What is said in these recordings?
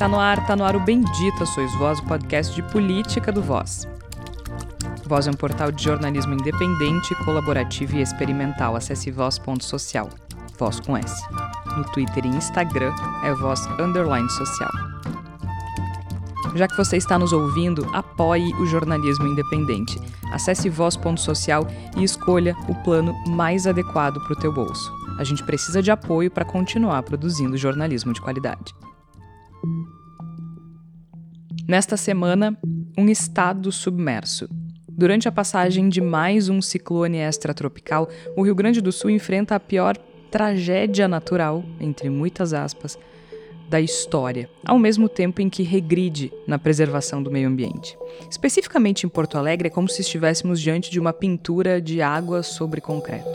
Tá no ar o Bendita Sois Vós, o podcast de política do Voz. Voz é um portal de jornalismo independente, colaborativo e experimental. Acesse voz.social, Voz com S. No Twitter e Instagram é Voz_social. Já que você está nos ouvindo, apoie o jornalismo independente. Acesse voz.social e escolha o plano mais adequado para o teu bolso. A gente precisa de apoio para continuar produzindo jornalismo de qualidade. Nesta semana, um estado submerso. Durante a passagem de mais um ciclone extratropical, o Rio Grande do Sul enfrenta a pior tragédia natural, entre muitas aspas, da história, ao mesmo tempo em que regride na preservação do meio ambiente. Especificamente em Porto Alegre, é como se estivéssemos diante de uma pintura de água sobre concreto.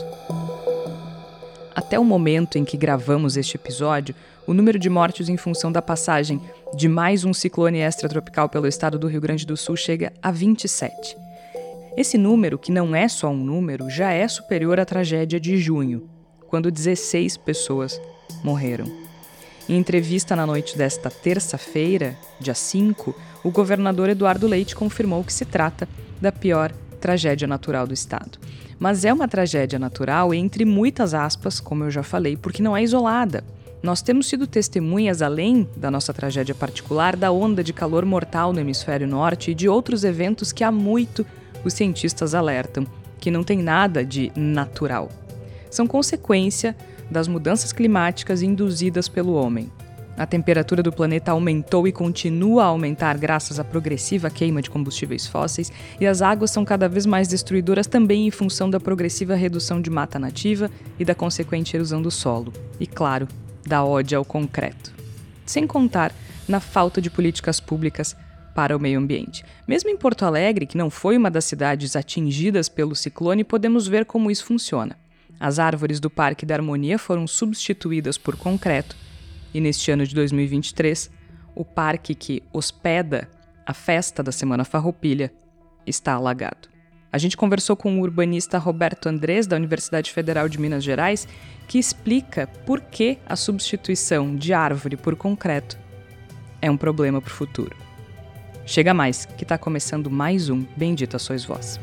Até o momento em que gravamos este episódio, o número de mortes em função da passagem de mais um ciclone extratropical pelo estado do Rio Grande do Sul chega a 27. Esse número, que não é só um número, já é superior à tragédia de junho, quando 16 pessoas morreram. Em entrevista na noite desta terça-feira, dia 5, o governador Eduardo Leite confirmou que se trata da pior tragédia natural do estado. Mas é uma tragédia natural entre muitas aspas, como eu já falei, porque não é isolada. Nós temos sido testemunhas, além da nossa tragédia particular, da onda de calor mortal no hemisfério norte e de outros eventos que há muito os cientistas alertam, que não tem nada de natural. São consequência das mudanças climáticas induzidas pelo homem. A temperatura do planeta aumentou e continua a aumentar graças à progressiva queima de combustíveis fósseis, e as águas são cada vez mais destruidoras também em função da progressiva redução de mata nativa e da consequente erosão do solo. E, claro, da ode ao concreto. Sem contar na falta de políticas públicas para o meio ambiente. Mesmo em Porto Alegre, que não foi uma das cidades atingidas pelo ciclone, podemos ver como isso funciona. As árvores do Parque da Harmonia foram substituídas por concreto, e neste ano de 2023, o parque que hospeda a festa da Semana Farroupilha está alagado. A gente conversou com o urbanista Roberto Andrés, da Universidade Federal de Minas Gerais, que explica por que a substituição de árvore por concreto é um problema para o futuro. Chega mais, que está começando mais um Bendita Sois Vós.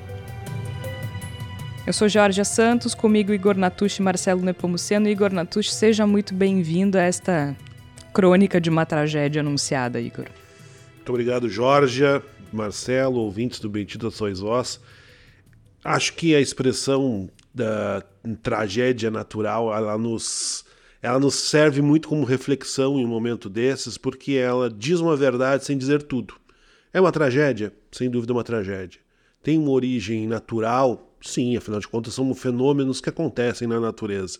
Eu sou Georgia Santos, comigo Igor Natucci e Marcelo Nepomuceno. Igor Natucci, seja muito bem-vindo a esta crônica de uma tragédia anunciada, Igor. Muito obrigado, Georgia, Marcelo, ouvintes do Bendita Sois Vós. Acho que a expressão da tragédia natural, ela nos serve muito como reflexão em um momento desses, porque ela diz uma verdade sem dizer tudo. É uma tragédia? Sem dúvida uma tragédia. Tem uma origem natural? Sim, afinal de contas são fenômenos que acontecem na natureza.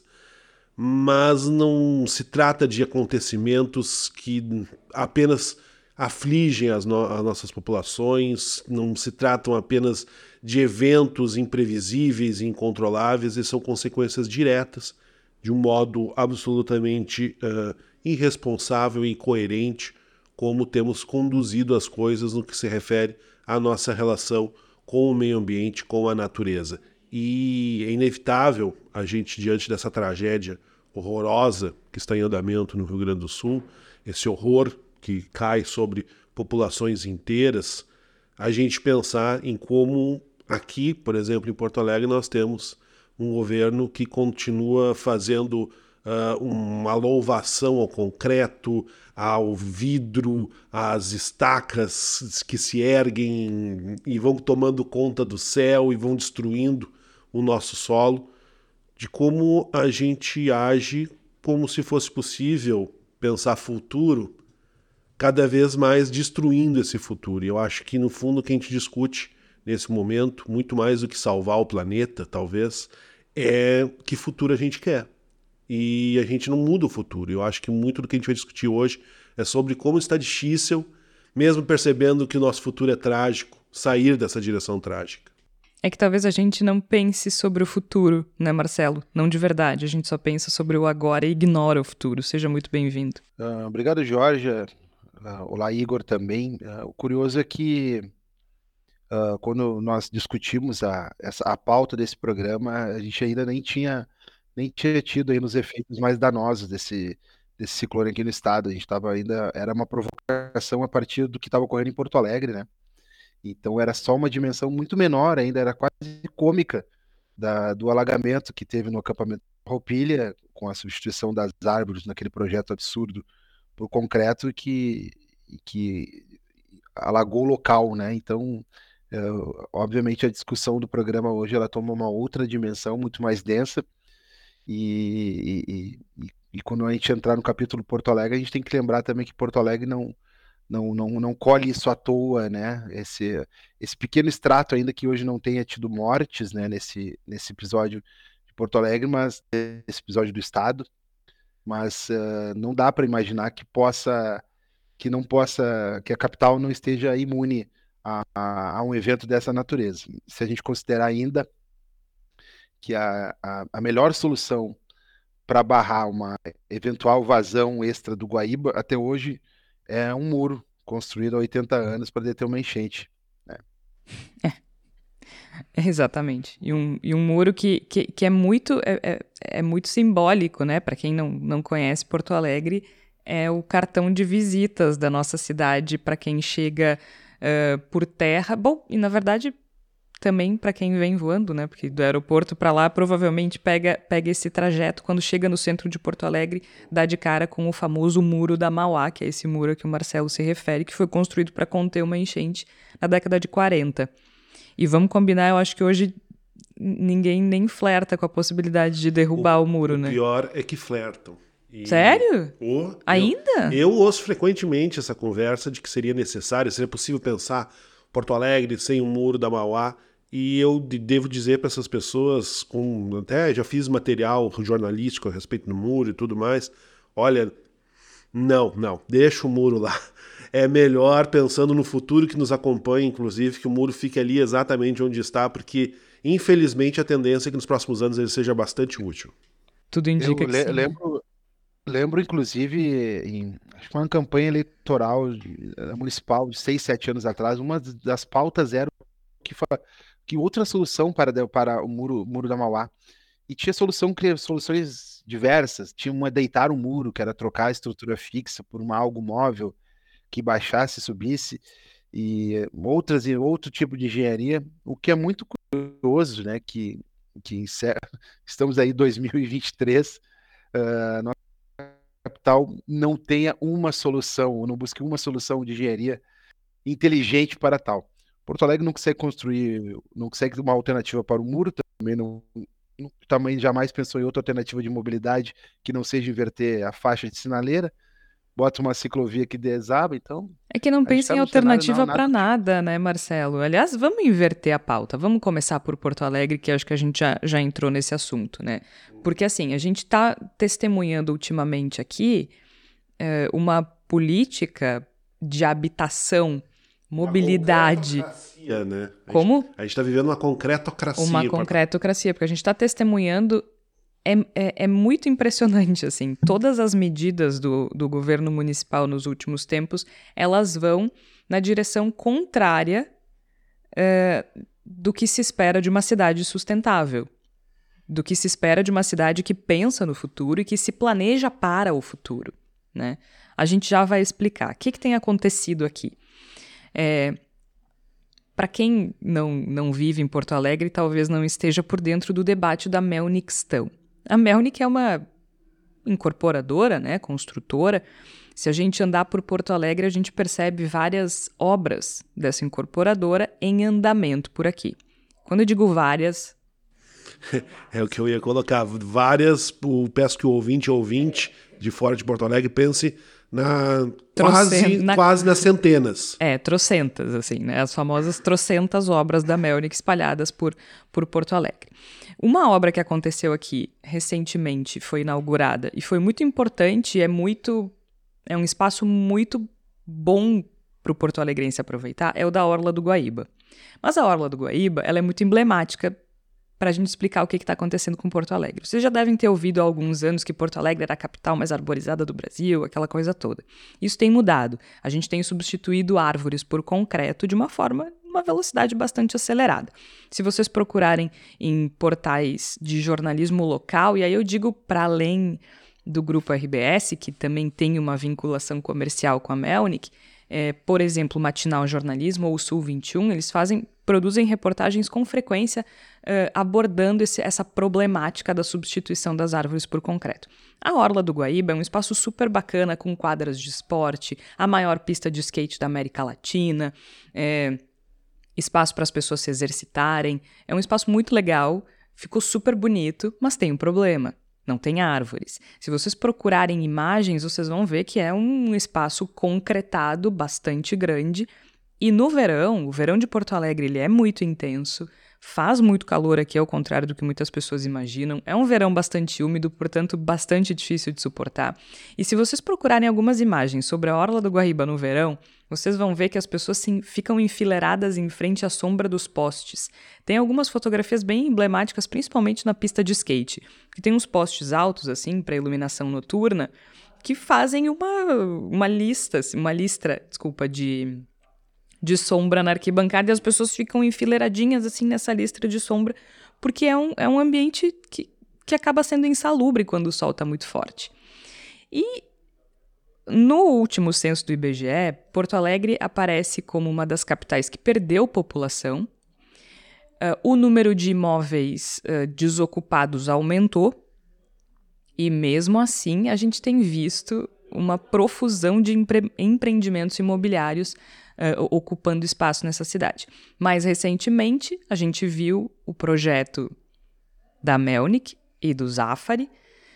Mas não se trata de acontecimentos que apenas afligem as nossas populações, não se tratam apenas de eventos imprevisíveis e incontroláveis, e são consequências diretas de um modo absolutamente irresponsável e incoerente como temos conduzido as coisas no que se refere à nossa relação com o meio ambiente, com a natureza. E é inevitável a gente, diante dessa tragédia horrorosa que está em andamento no Rio Grande do Sul, esse horror que cai sobre populações inteiras, a gente pensar em como aqui, por exemplo, em Porto Alegre, nós temos um governo que continua fazendo uma louvação ao concreto, ao vidro, às estacas que se erguem e vão tomando conta do céu e vão destruindo o nosso solo, de como a gente age como se fosse possível pensar futuro, cada vez mais destruindo esse futuro. E eu acho que, no fundo, o que a gente discute nesse momento, muito mais do que salvar o planeta, talvez, é que futuro a gente quer. E a gente não muda o futuro. Eu acho que muito do que a gente vai discutir hoje é sobre como está difícil, mesmo percebendo que o nosso futuro é trágico, sair dessa direção trágica. É que talvez a gente não pense sobre o futuro, né, Marcelo? Não de verdade, a gente só pensa sobre o agora e ignora o futuro. Seja muito bem-vindo. Obrigado, Georgia. Olá, Igor, também. O curioso é que quando nós discutimos a pauta desse programa, a gente ainda nem tinha tido aí nos efeitos mais danosos desse ciclone aqui no estado. A gente estava ainda, era uma provocação a partir do que estava ocorrendo em Porto Alegre, né? Então era só uma dimensão muito menor ainda, era quase cômica do alagamento que teve no acampamento Roupilha, com a substituição das árvores naquele projeto absurdo por concreto que alagou o local, né? Então, obviamente a discussão do programa hoje ela toma uma outra dimensão muito mais densa e quando a gente entrar no capítulo Porto Alegre, a gente tem que lembrar também que Porto Alegre não colhe isso à toa, né? Esse pequeno extrato, ainda que hoje não tenha tido mortes, né, nesse episódio de Porto Alegre, mas esse episódio do Estado, mas não dá para imaginar que a capital não esteja imune a um evento dessa natureza. Se a gente considerar ainda que a melhor solução para barrar uma eventual vazão extra do Guaíba até hoje é um muro construído há 80 anos para deter uma enchente. Né? Exatamente. E um muro que é muito simbólico, né? Para quem não conhece Porto Alegre, é o cartão de visitas da nossa cidade para quem chega por terra. Bom, e na verdade também para quem vem voando, né? Porque do aeroporto para lá provavelmente pega esse trajeto. Quando chega no centro de Porto Alegre, dá de cara com o famoso Muro da Mauá, que é esse muro a que o Marcelo se refere, que foi construído para conter uma enchente na década de 40. E vamos combinar, eu acho que hoje ninguém nem flerta com a possibilidade de derrubar o muro, né? O pior é que flertam. Sério? Ainda? Eu ouço frequentemente essa conversa de que seria possível pensar Porto Alegre sem um muro da Mauá, e eu devo dizer para essas pessoas, até já fiz material jornalístico a respeito do muro e tudo mais, olha, não, deixa o muro lá. É melhor, pensando no futuro que nos acompanha, inclusive, que o muro fique ali exatamente onde está, porque, infelizmente, a tendência é que nos próximos anos ele seja bastante útil. Tudo indica que sim. Lembro, inclusive, acho que foi uma campanha eleitoral municipal de 6, 7 anos atrás, uma das pautas era que outra solução para o muro da Mauá. E tinha soluções diversas. Tinha uma deitar o muro, que era trocar a estrutura fixa por algo móvel que baixasse e subisse, e outro tipo de engenharia, o que é muito curioso, né, que estamos aí em 2023, nossa capital não tenha uma solução, ou não busque uma solução de engenharia inteligente para tal. Porto Alegre não consegue não consegue uma alternativa para o muro, também jamais pensou em outra alternativa de mobilidade que não seja inverter a faixa de sinaleira, bota uma ciclovia que desaba, então... É que não pensa em alternativa para nada, né, Marcelo? Aliás, vamos inverter a pauta. Vamos começar por Porto Alegre, que acho que a gente já entrou nesse assunto, né? Porque, assim, a gente está testemunhando ultimamente aqui uma política de habitação, mobilidade... Uma concretocracia, né? Como? A gente está vivendo uma concretocracia. Uma concretocracia, porque a gente está testemunhando... É muito impressionante, assim, todas as medidas do governo municipal nos últimos tempos, elas vão na direção contrária do que se espera de uma cidade sustentável, do que se espera de uma cidade que pensa no futuro e que se planeja para o futuro, né? A gente já vai explicar. O que tem acontecido aqui? Para quem não vive em Porto Alegre, talvez não esteja por dentro do debate da Melnickstão. A Melnick é uma incorporadora, né, construtora. Se a gente andar por Porto Alegre, a gente percebe várias obras dessa incorporadora em andamento por aqui. Quando eu digo várias... É o que eu ia colocar. Várias, peço que o ouvinte de fora de Porto Alegre pense quase nas centenas. Trocentas, assim, né? As famosas trocentas obras da Melnick espalhadas por Porto Alegre. Uma obra que aconteceu aqui recentemente foi inaugurada e foi muito importante, é um espaço muito bom para o porto-alegrense aproveitar, é o da Orla do Guaíba. Mas a Orla do Guaíba, ela é muito emblemática para a gente explicar o que está acontecendo com Porto Alegre. Vocês já devem ter ouvido há alguns anos que Porto Alegre era a capital mais arborizada do Brasil, aquela coisa toda. Isso tem mudado. A gente tem substituído árvores por concreto de uma velocidade bastante acelerada. Se vocês procurarem em portais de jornalismo local, e aí eu digo para além do grupo RBS, que também tem uma vinculação comercial com a Melnick, por exemplo, o Matinal Jornalismo ou o Sul 21, eles produzem reportagens com frequência abordando essa problemática da substituição das árvores por concreto. A Orla do Guaíba é um espaço super bacana, com quadras de esporte, a maior pista de skate da América Latina, espaço para as pessoas se exercitarem. É um espaço muito legal, ficou super bonito, mas tem um problema. Não tem árvores. Se vocês procurarem imagens, vocês vão ver que é um espaço concretado bastante grande. E no verão, o verão de Porto Alegre, ele é muito intenso, faz muito calor aqui, ao contrário do que muitas pessoas imaginam. É um verão bastante úmido, portanto, bastante difícil de suportar. E se vocês procurarem algumas imagens sobre a Orla do Guaíba no verão, vocês vão ver que as pessoas ficam enfileiradas em frente à sombra dos postes. Tem algumas fotografias bem emblemáticas, principalmente na pista de skate, que tem uns postes altos, assim, para iluminação noturna, que fazem uma listra de sombra na arquibancada, e as pessoas ficam enfileiradinhas assim nessa listra de sombra, porque é um ambiente que acaba sendo insalubre quando o sol está muito forte. E no último censo do IBGE, Porto Alegre aparece como uma das capitais que perdeu população. O número de imóveis desocupados aumentou, e mesmo assim a gente tem visto uma profusão de empreendimentos imobiliários ocupando espaço nessa cidade. Mais recentemente, a gente viu o projeto da Melnick e do Zafari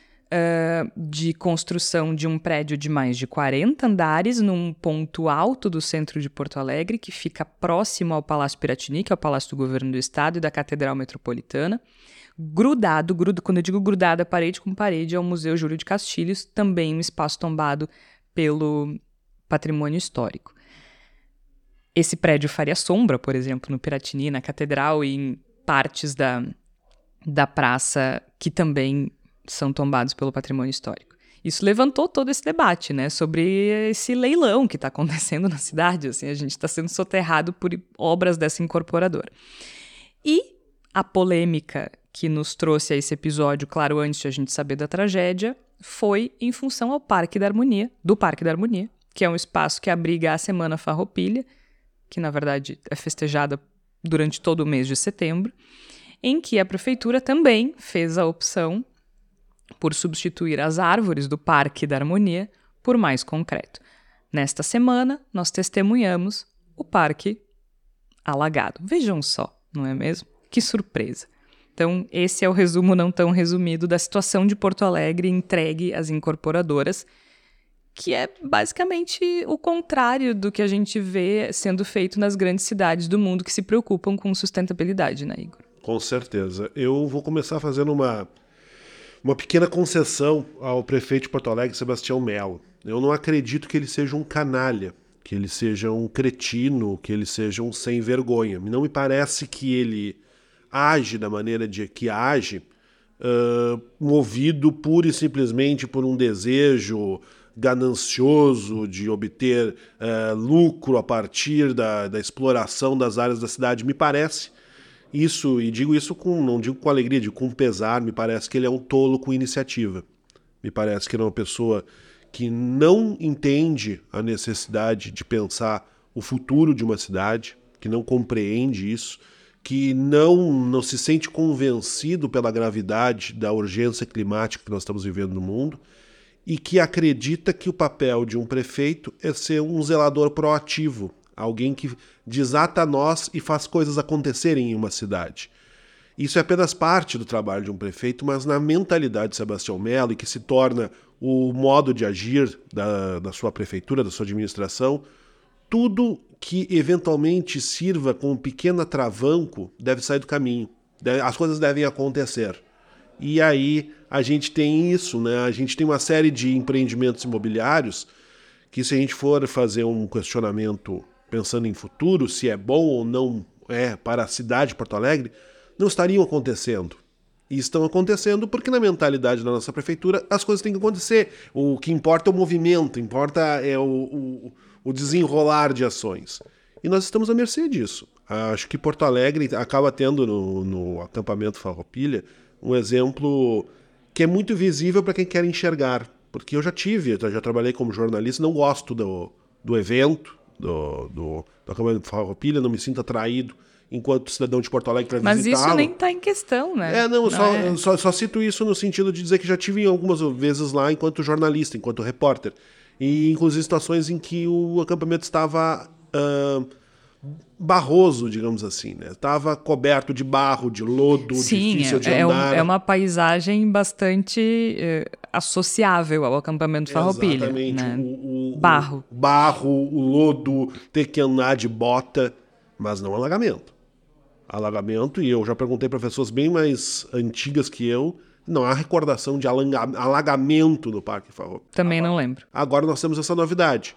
de construção de um prédio de mais de 40 andares num ponto alto do centro de Porto Alegre, que fica próximo ao Palácio Piratini, que é o Palácio do Governo do Estado, e da Catedral Metropolitana. Quando eu digo grudado, parede com parede, é o Museu Júlio de Castilhos, também um espaço tombado pelo patrimônio histórico. Esse prédio faria sombra, por exemplo, no Piratini, na Catedral e em partes da praça que também são tombados pelo patrimônio histórico. Isso levantou todo esse debate, né, sobre esse leilão que está acontecendo na cidade. Assim, a gente está sendo soterrado por obras dessa incorporadora. E a polêmica que nos trouxe a esse episódio, claro, antes de a gente saber da tragédia, foi em função do Parque da Harmonia, que é um espaço que abriga a Semana Farroupilha, que na verdade é festejada durante todo o mês de setembro, em que a prefeitura também fez a opção por substituir as árvores do Parque da Harmonia por mais concreto. Nesta semana, nós testemunhamos o parque alagado. Vejam só, não é mesmo? Que surpresa! Então, esse é o resumo não tão resumido da situação de Porto Alegre entregue às incorporadoras, que é basicamente o contrário do que a gente vê sendo feito nas grandes cidades do mundo que se preocupam com sustentabilidade, né, Igor? Com certeza. Eu vou começar fazendo uma pequena concessão ao prefeito de Porto Alegre, Sebastião Melo. Eu não acredito que ele seja um canalha, que ele seja um cretino, que ele seja um sem vergonha. Não me parece que ele age da maneira que age, movido pura e simplesmente por um desejo ganancioso de obter lucro a partir da exploração das áreas da cidade. Me parece isso, e digo isso não digo com alegria, digo com pesar, me parece que ele é um tolo com iniciativa. Me parece que ele é uma pessoa que não entende a necessidade de pensar o futuro de uma cidade, que não compreende isso, que não se sente convencido pela gravidade da urgência climática que nós estamos vivendo no mundo, e que acredita que o papel de um prefeito é ser um zelador proativo, alguém que desata nós e faz coisas acontecerem em uma cidade. Isso é apenas parte do trabalho de um prefeito, mas na mentalidade de Sebastião Melo, e que se torna o modo de agir da sua prefeitura, da sua administração, tudo que eventualmente sirva como pequeno atravanco deve sair do caminho. As coisas devem acontecer. E aí a gente tem isso, né? A gente tem uma série de empreendimentos imobiliários que, se a gente for fazer um questionamento pensando em futuro, se é bom ou não é para a cidade de Porto Alegre, não estariam acontecendo. E estão acontecendo porque na mentalidade da nossa prefeitura as coisas têm que acontecer. O que importa é o movimento, importa é o desenrolar de ações. E nós estamos à mercê disso. Acho que Porto Alegre acaba tendo no acampamento Farroupilha um exemplo que é muito visível para quem quer enxergar. Porque eu já trabalhei como jornalista, não gosto do evento, do acampamento Farroupilha, não me sinto atraído enquanto cidadão de Porto Alegre para visitá-lo. Mas isso nem está em questão, né? Eu só cito isso no sentido de dizer que já tive algumas vezes lá enquanto jornalista, enquanto repórter. E inclusive situações em que o acampamento estava barroso, digamos assim, né? Estava coberto de barro, de lodo, difícil de andar. É uma paisagem bastante associável ao acampamento Farroupilha. Exatamente. Né? Barro, o lodo, ter que andar de bota, mas não alagamento. Alagamento, e eu já perguntei para pessoas bem mais antigas que eu, não há recordação de alagamento no Parque Farroupilha. Também não lembro. Agora nós temos essa novidade.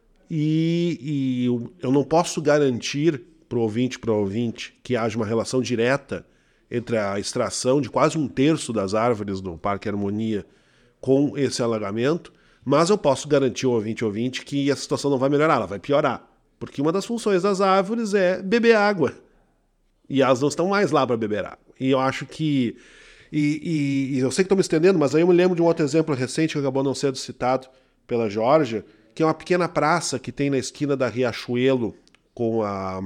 E eu não posso garantir para o ouvinte que haja uma relação direta entre a extração de quase 1/3 das árvores do Parque Harmonia com esse alagamento, mas eu posso garantir ao ouvinte que a situação não vai melhorar, ela vai piorar. Porque uma das funções das árvores é beber água. E elas não estão mais lá para beber água. E eu acho que... E eu sei que estou me estendendo, mas aí eu me lembro de um outro exemplo recente que acabou não sendo citado pela Georgia, que é uma pequena praça que tem na esquina da Riachuelo com a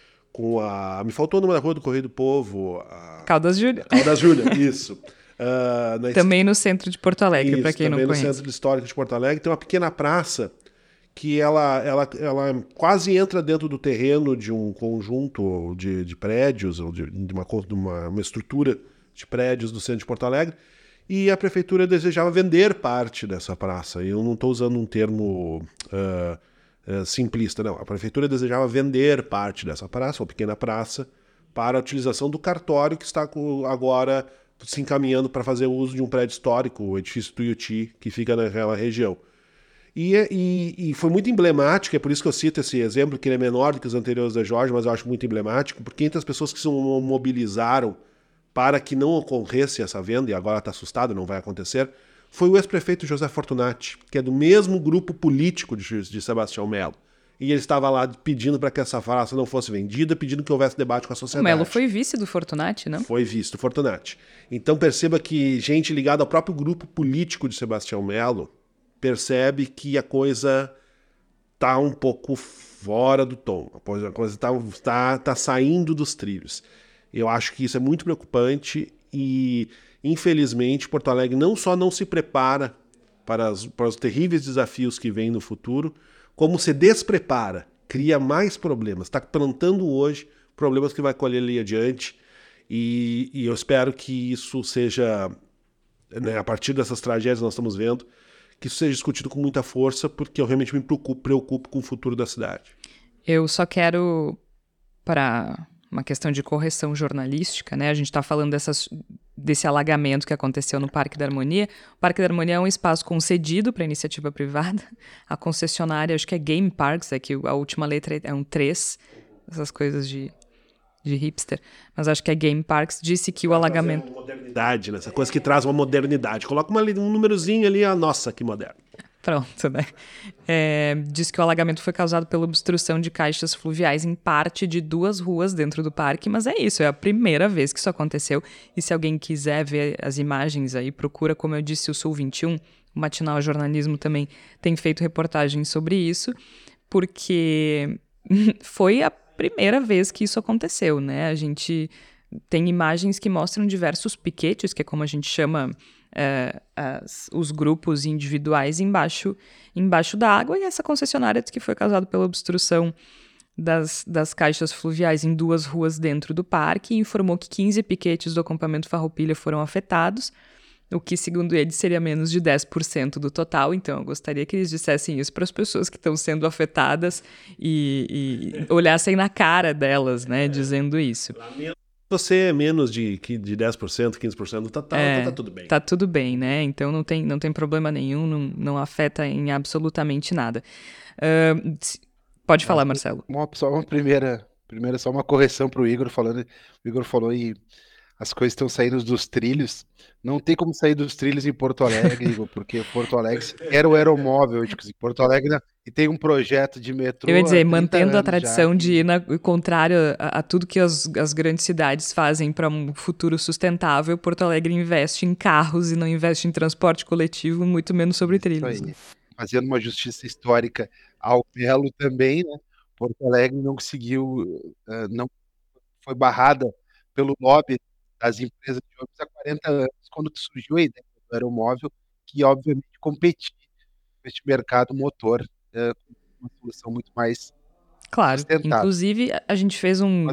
me faltou o nome da rua do Correio do Povo. Caldas Júlia. Caldas Júlia, isso. Também no centro de Porto Alegre, para quem não conhece. Também no centro histórico de Porto Alegre tem uma pequena praça que ela quase entra dentro do terreno de um conjunto de prédios, ou de uma estrutura de prédios do centro de Porto Alegre, e a prefeitura desejava vender parte dessa praça. E eu não estou usando um termo simplista, não. A prefeitura desejava vender parte dessa praça, uma pequena praça, para a utilização do cartório que está agora se encaminhando para fazer uso de um prédio histórico, o edifício Tuiuti, que fica naquela região. E foi muito emblemático, é por isso que eu cito esse exemplo, que ele é menor do que os anteriores da Jorge, mas eu acho muito emblemático, porque entre as pessoas que se mobilizaram para que não ocorresse essa venda, e agora está assustado, não vai acontecer, foi o ex-prefeito José Fortunati, que é do mesmo grupo político de Sebastião Melo. E ele estava lá pedindo para que essa praça não fosse vendida, pedindo que houvesse debate com a sociedade. O Melo foi vice do Fortunati, não? Foi vice do Fortunati. Então perceba que gente ligada ao próprio grupo político de Sebastião Melo percebe que a coisa está um pouco fora do tom. A coisa está saindo dos trilhos. Eu acho que isso é muito preocupante e, infelizmente, Porto Alegre não só não se prepara para os terríveis desafios que vêm no futuro, como se desprepara, cria mais problemas. Está plantando hoje problemas que vai colher ali adiante e eu espero que isso seja, né, a partir dessas tragédias que nós estamos vendo, que isso seja discutido com muita força, porque eu realmente me preocupo com o futuro da cidade. Eu só quero, para uma questão de correção jornalística, né? A gente está falando desse alagamento que aconteceu no Parque da Harmonia. O Parque da Harmonia é um espaço concedido para iniciativa privada. A concessionária, acho que é Game Parks, é que a última letra é um 3, essas coisas de hipster, mas acho que é Game Parks, disse que o alagamento... Uma modernidade, né? Essa coisa que traz uma modernidade. Coloca um númerozinho ali, nossa, que moderno. Pronto, né? Diz que o alagamento foi causado pela obstrução de caixas fluviais em parte de 2 ruas dentro do parque, mas é isso, é a primeira vez que isso aconteceu. E se alguém quiser ver as imagens aí, procura, como eu disse, o Sul 21, o Matinal Jornalismo também tem feito reportagens sobre isso, porque foi a primeira vez que isso aconteceu, né? A gente tem imagens que mostram diversos piquetes, que é como a gente chama os grupos individuais embaixo da água, e essa concessionária diz que foi causada pela obstrução das caixas fluviais em 2 ruas dentro do parque, e informou que 15 piquetes do acampamento Farroupilha foram afetados, o que, segundo ele, seria menos de 10% do total. Então, eu gostaria que eles dissessem isso para as pessoas que estão sendo afetadas e olhassem na cara delas, né, dizendo isso. Você é menos de 10%, 15% do total, então tá tudo bem. Tá tudo bem, né? Então não tem problema nenhum, não afeta em absolutamente nada. Pode falar, Marcelo. Só uma primeira, só uma correção para o Igor falando. O Igor falou as coisas estão saindo dos trilhos. Não tem como sair dos trilhos em Porto Alegre, Igor, porque Porto Alegre era o aeromóvel, tipo assim, Porto Alegre, né, e tem um projeto de Eu ia metrô há dizer, 30 mantendo a anos já tradição de ir que... contrário a tudo que as grandes cidades fazem para um futuro sustentável, Porto Alegre investe em carros e não investe em transporte coletivo, muito menos sobre Isso trilhos, né? aí. Fazendo uma justiça histórica ao Melo também, né? Porto Alegre não conseguiu, não foi barrada pelo lobby das empresas de ônibus há 40 anos, quando surgiu a ideia do aeromóvel, que obviamente competia com este mercado motor, com uma solução muito mais Claro. sustentável. Inclusive, a gente fez Mas,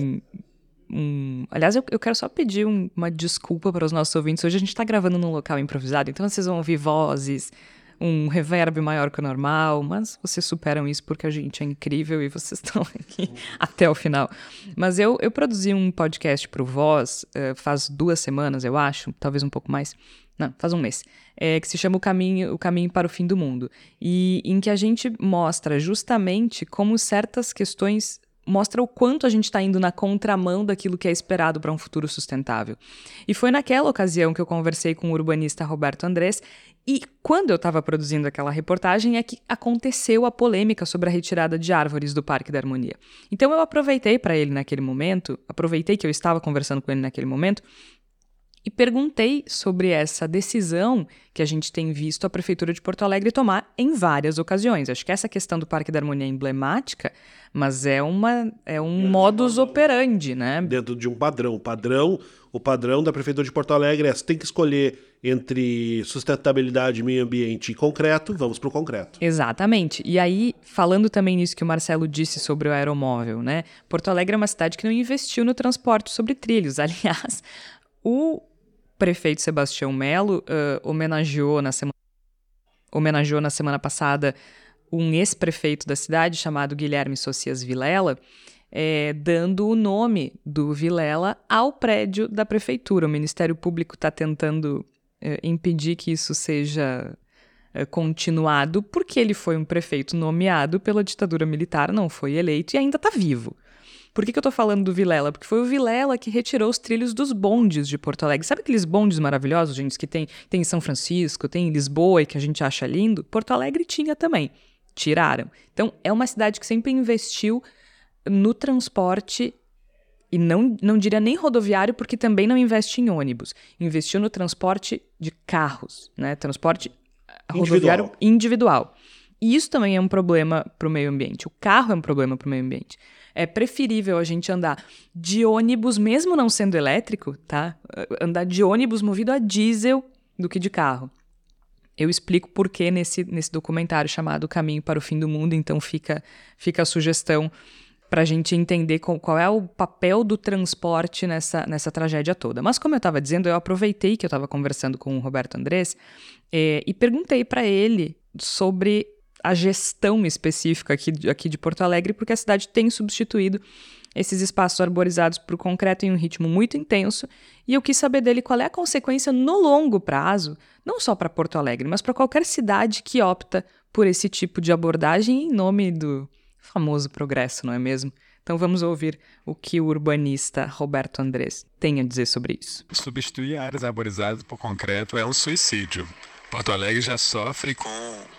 Aliás, eu quero só pedir uma desculpa para os nossos ouvintes. Hoje a gente está gravando num local improvisado, então vocês vão ouvir vozes, um reverb maior que o normal, mas vocês superam isso porque a gente é incrível e vocês estão aqui até o final. Mas eu produzi um podcast pro Voz faz 2 semanas, eu acho, talvez um pouco mais. Não, faz um mês. Que se chama o Caminho para o Fim do Mundo. E em que a gente mostra justamente como certas questões mostra o quanto a gente está indo na contramão daquilo que é esperado para um futuro sustentável. E foi naquela ocasião que eu conversei com o urbanista Roberto Andrés, e quando eu estava produzindo aquela reportagem é que aconteceu a polêmica sobre a retirada de árvores do Parque da Harmonia. Então eu aproveitei para ele naquele momento, aproveitei que eu estava conversando com ele naquele momento, e perguntei sobre essa decisão que a gente tem visto a Prefeitura de Porto Alegre tomar em várias ocasiões. Acho que essa questão do Parque da Harmonia é emblemática, mas é um modus operandi, né? Dentro de um padrão. O padrão da Prefeitura de Porto Alegre é: você tem que escolher entre sustentabilidade, meio ambiente e concreto, vamos para o concreto. Exatamente. E aí, falando também nisso que o Marcelo disse sobre o aeromóvel, né? Porto Alegre é uma cidade que não investiu no transporte sobre trilhos. Aliás, o prefeito Sebastião Melo homenageou na semana passada um ex-prefeito da cidade chamado Guilherme Socias Vilela, dando o nome do Vilela ao prédio da prefeitura. O Ministério Público está tentando impedir que isso seja continuado, porque ele foi um prefeito nomeado pela ditadura militar, não foi eleito e ainda está vivo. Por que eu tô falando do Vilela? Porque foi o Vilela que retirou os trilhos dos bondes de Porto Alegre. Sabe aqueles bondes maravilhosos, gente, que tem em São Francisco, tem em Lisboa e que a gente acha lindo? Porto Alegre tinha também. Tiraram. Então, é uma cidade que sempre investiu no transporte, e não diria nem rodoviário, porque também não investe em ônibus. Investiu no transporte de carros, né? Transporte rodoviário individual. E isso também é um problema para o meio ambiente. O carro é um problema para o meio ambiente. É preferível a gente andar de ônibus, mesmo não sendo elétrico, tá? Andar de ônibus movido a diesel do que de carro. Eu explico por que nesse documentário chamado Caminho para o Fim do Mundo, então fica a sugestão para a gente entender qual é o papel do transporte nessa tragédia toda. Mas como eu estava dizendo, eu aproveitei que eu estava conversando com o Roberto Andrés e perguntei para ele sobre a gestão específica aqui de Porto Alegre, porque a cidade tem substituído esses espaços arborizados por concreto em um ritmo muito intenso, e eu quis saber dele qual é a consequência no longo prazo, não só para Porto Alegre, mas para qualquer cidade que opta por esse tipo de abordagem em nome do famoso progresso, não é mesmo? Então vamos ouvir o que o urbanista Roberto Andrés tem a dizer sobre isso. Substituir áreas arborizadas por concreto é um suicídio. Porto Alegre já sofre com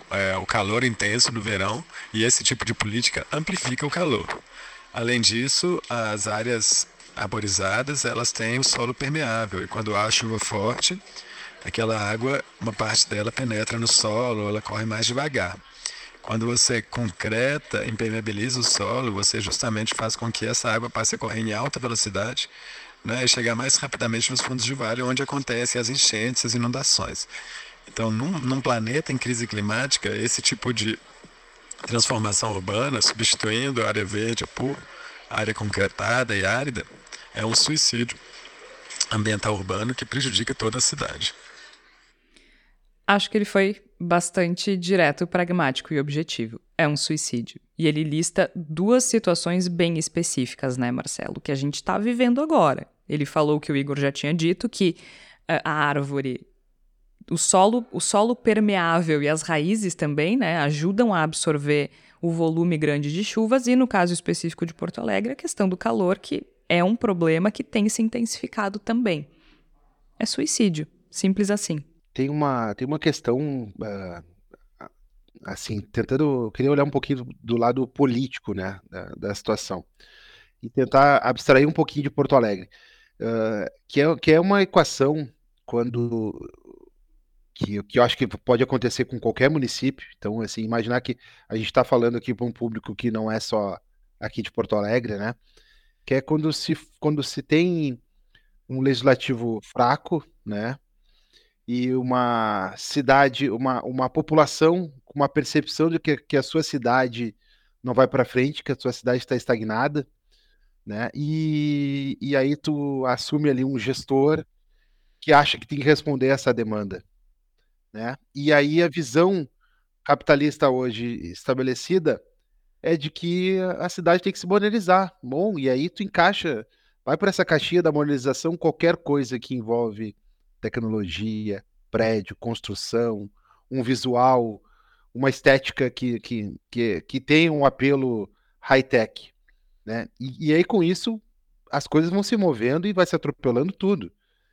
o calor intenso do verão e esse tipo de política amplifica o calor. Além disso, as áreas arborizadas elas têm o solo permeável e quando há chuva forte, aquela água, uma parte dela penetra no solo, ela corre mais devagar. Quando você concreta, impermeabiliza o solo, você justamente faz com que essa água passe a correr em alta velocidade, né, e chegar mais rapidamente nos fundos de vale, onde acontecem as enchentes, as inundações. Então, num planeta em crise climática, esse tipo de transformação urbana, substituindo a área verde por área concretada e árida, é um suicídio ambiental urbano que prejudica toda a cidade. Acho que ele foi bastante direto, pragmático e objetivo. É um suicídio. E ele lista 2 situações bem específicas, né, Marcelo? Que a gente está vivendo agora. Ele falou que o Igor já tinha dito que a árvore, o solo permeável e as raízes também, né, ajudam a absorver o volume grande de chuvas. E no caso específico de Porto Alegre, a questão do calor, que é um problema que tem se intensificado também. é suicídio. Simples assim. Tem uma questão, assim, eu queria olhar um pouquinho do lado político, né, da situação, e tentar abstrair um pouquinho de Porto Alegre, que é uma equação quando que eu acho que pode acontecer com qualquer município. Então, assim, imaginar que a gente está falando aqui para um público que não é só aqui de Porto Alegre, né, que é quando se tem um legislativo fraco, né, e uma cidade, uma população com uma percepção de que a sua cidade não vai para frente, que a sua cidade está estagnada, né? E aí tu assume ali um gestor que acha que tem que responder essa demanda, né? E aí a visão capitalista hoje estabelecida é de que a cidade tem que se modernizar. Bom, e aí tu encaixa, vai para essa caixinha da modernização qualquer coisa que envolve tecnologia, prédio, construção, um visual, uma estética que tem um apelo high-tech, né? E aí com isso as coisas vão se movendo e vai se atropelando tudo.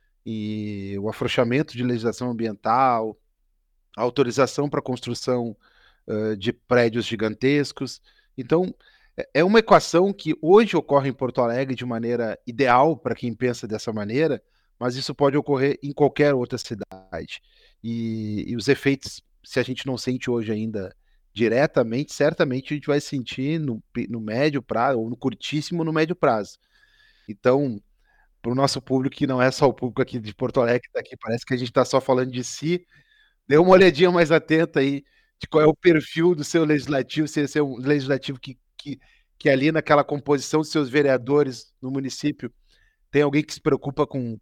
E o afrouxamento de legislação ambiental, a autorização para construção de prédios gigantescos. Então, é uma equação que hoje ocorre em Porto Alegre de maneira ideal para quem pensa dessa maneira, mas isso pode ocorrer em qualquer outra cidade. E os efeitos, se a gente não sente hoje ainda diretamente, certamente a gente vai sentir no médio prazo, ou no curtíssimo, no médio prazo. Então, para o nosso público, que não é só o público aqui de Porto Alegre, que tá aqui, parece que a gente está só falando de si, dê uma olhadinha mais atenta aí de qual é o perfil do seu legislativo, se esse é um legislativo que ali naquela composição de seus vereadores no município tem alguém que se preocupa com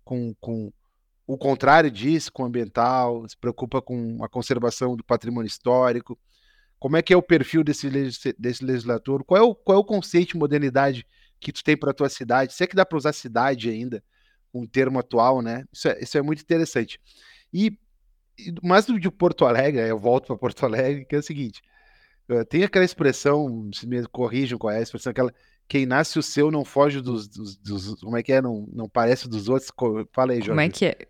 o contrário disso, com o ambiental, se preocupa com a conservação do patrimônio histórico. Como é que é o perfil desse legislador? Qual é o conceito de modernidade que tu tem para a tua cidade? Se é que dá para usar cidade ainda, um termo atual, né? Isso é muito interessante. Mas de Porto Alegre, eu volto para Porto Alegre, que é o seguinte, tem aquela expressão, se me corrijam qual é a expressão, aquela, quem nasce o seu não foge dos como é que é, não parece dos outros, fala aí, Jorge. Como é que é?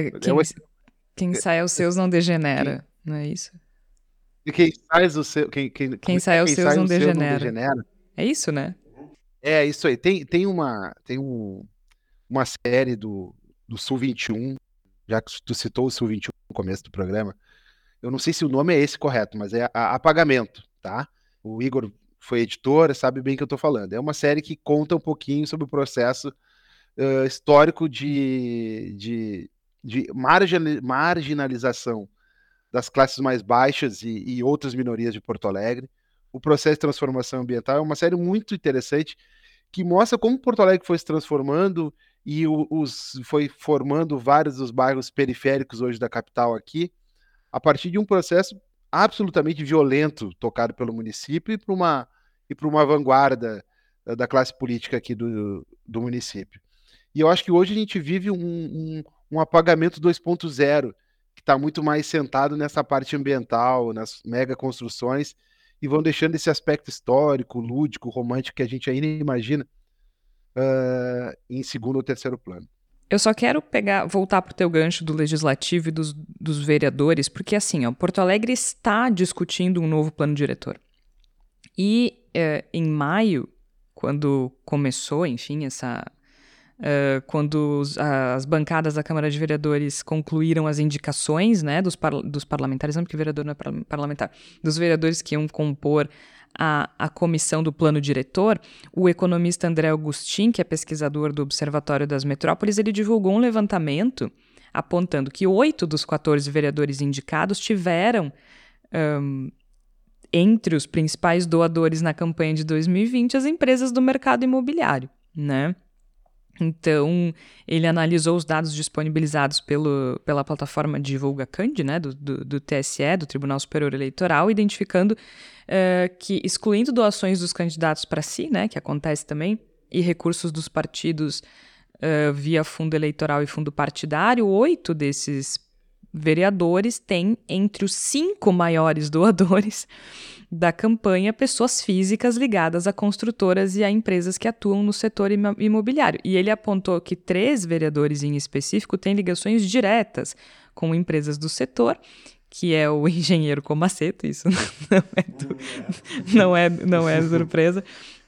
Quem sai aos seus não degenera, não é isso? Quem sai aos seus não degenera. É isso, né? É isso aí. Tem uma série do Sul 21, já que tu citou o Sul 21 no começo do programa. Eu não sei se o nome é esse correto, mas é Apagamento, tá? O Igor foi editor, sabe bem o que eu tô falando. É uma série que conta um pouquinho sobre o processo histórico de marginalização das classes mais baixas e outras minorias de Porto Alegre. O processo de transformação ambiental é uma série muito interessante que mostra como Porto Alegre foi se transformando e foi formando vários dos bairros periféricos hoje da capital aqui, a partir de um processo absolutamente violento tocado pelo município e para uma vanguarda da classe política aqui do município. E eu acho que hoje a gente vive um apagamento 2.0, que está muito mais sentado nessa parte ambiental, nas mega construções, e vão deixando esse aspecto histórico, lúdico, romântico que a gente ainda imagina em segundo ou terceiro plano. Eu só quero voltar para o teu gancho do legislativo e dos vereadores, porque assim, ó, Porto Alegre está discutindo um novo plano diretor. E em maio, quando começou, enfim, quando as bancadas da Câmara de Vereadores concluíram as indicações, né, dos parlamentares, não porque vereador não é parlamentar, dos vereadores que iam compor a comissão do plano diretor, o economista André Augustin, que é pesquisador do Observatório das Metrópoles, ele divulgou um levantamento apontando que 8 dos 14 vereadores indicados tiveram entre os principais doadores na campanha de 2020 as empresas do mercado imobiliário, né? Então, ele analisou os dados disponibilizados pela plataforma DivulgaCand, né, do TSE, do Tribunal Superior Eleitoral, identificando que, excluindo doações dos candidatos para si, né, que acontece também, e recursos dos partidos via fundo eleitoral e fundo partidário, 8 desses vereadores têm entre os 5 maiores doadores da campanha pessoas físicas ligadas a construtoras e a empresas que atuam no setor imobiliário. E ele apontou que 3 vereadores em específico têm ligações diretas com empresas do setor, que é o engenheiro Comaceto, isso não é surpresa,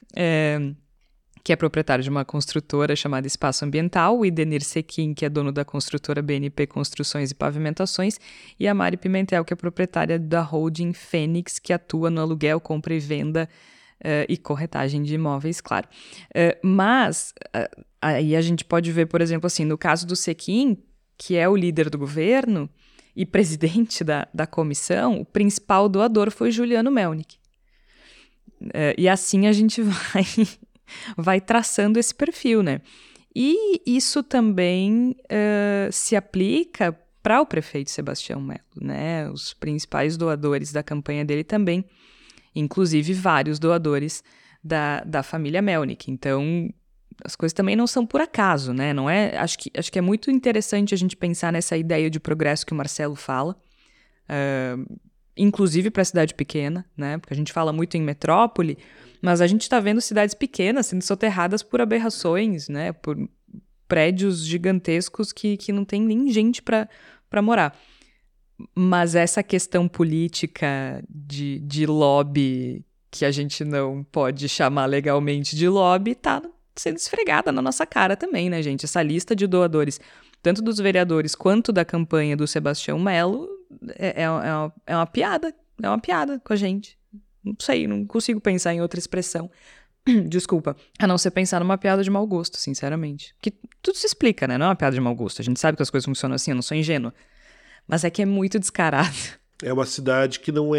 que é proprietário de uma construtora chamada Espaço Ambiental, o Idenir Sequim, que é dono da construtora BNP Construções e Pavimentações, e a Mari Pimentel, que é proprietária da holding Fênix, que atua no aluguel, compra e venda e corretagem de imóveis, claro. Mas aí a gente pode ver, por exemplo, assim, no caso do Sequim, que é o líder do governo e presidente da comissão, o principal doador foi Juliano Melnick. E assim a gente vai traçando esse perfil, né? E isso também se aplica para o prefeito Sebastião Melo, né? Os principais doadores da campanha dele também, inclusive vários doadores da família Melnick. Então, as coisas também não são por acaso, né? Não é, acho que é muito interessante a gente pensar nessa ideia de progresso que o Marcelo fala, inclusive para a cidade pequena, né? Porque a gente fala muito em metrópole, mas a gente está vendo cidades pequenas sendo soterradas por aberrações, né? Por prédios gigantescos que não tem nem gente para morar. Mas essa questão política de lobby, que a gente não pode chamar legalmente de lobby, está sendo esfregada na nossa cara também, né, gente? Essa lista de doadores, tanto dos vereadores quanto da campanha do Sebastião Melo, é uma piada com a gente. Não sei, não consigo pensar em outra expressão. Desculpa. A não ser pensar numa piada de mau gosto, sinceramente. Que tudo se explica, né? Não é uma piada de mau gosto. A gente sabe que as coisas funcionam assim, eu não sou ingênua. Mas é que é muito descarado. É uma cidade que não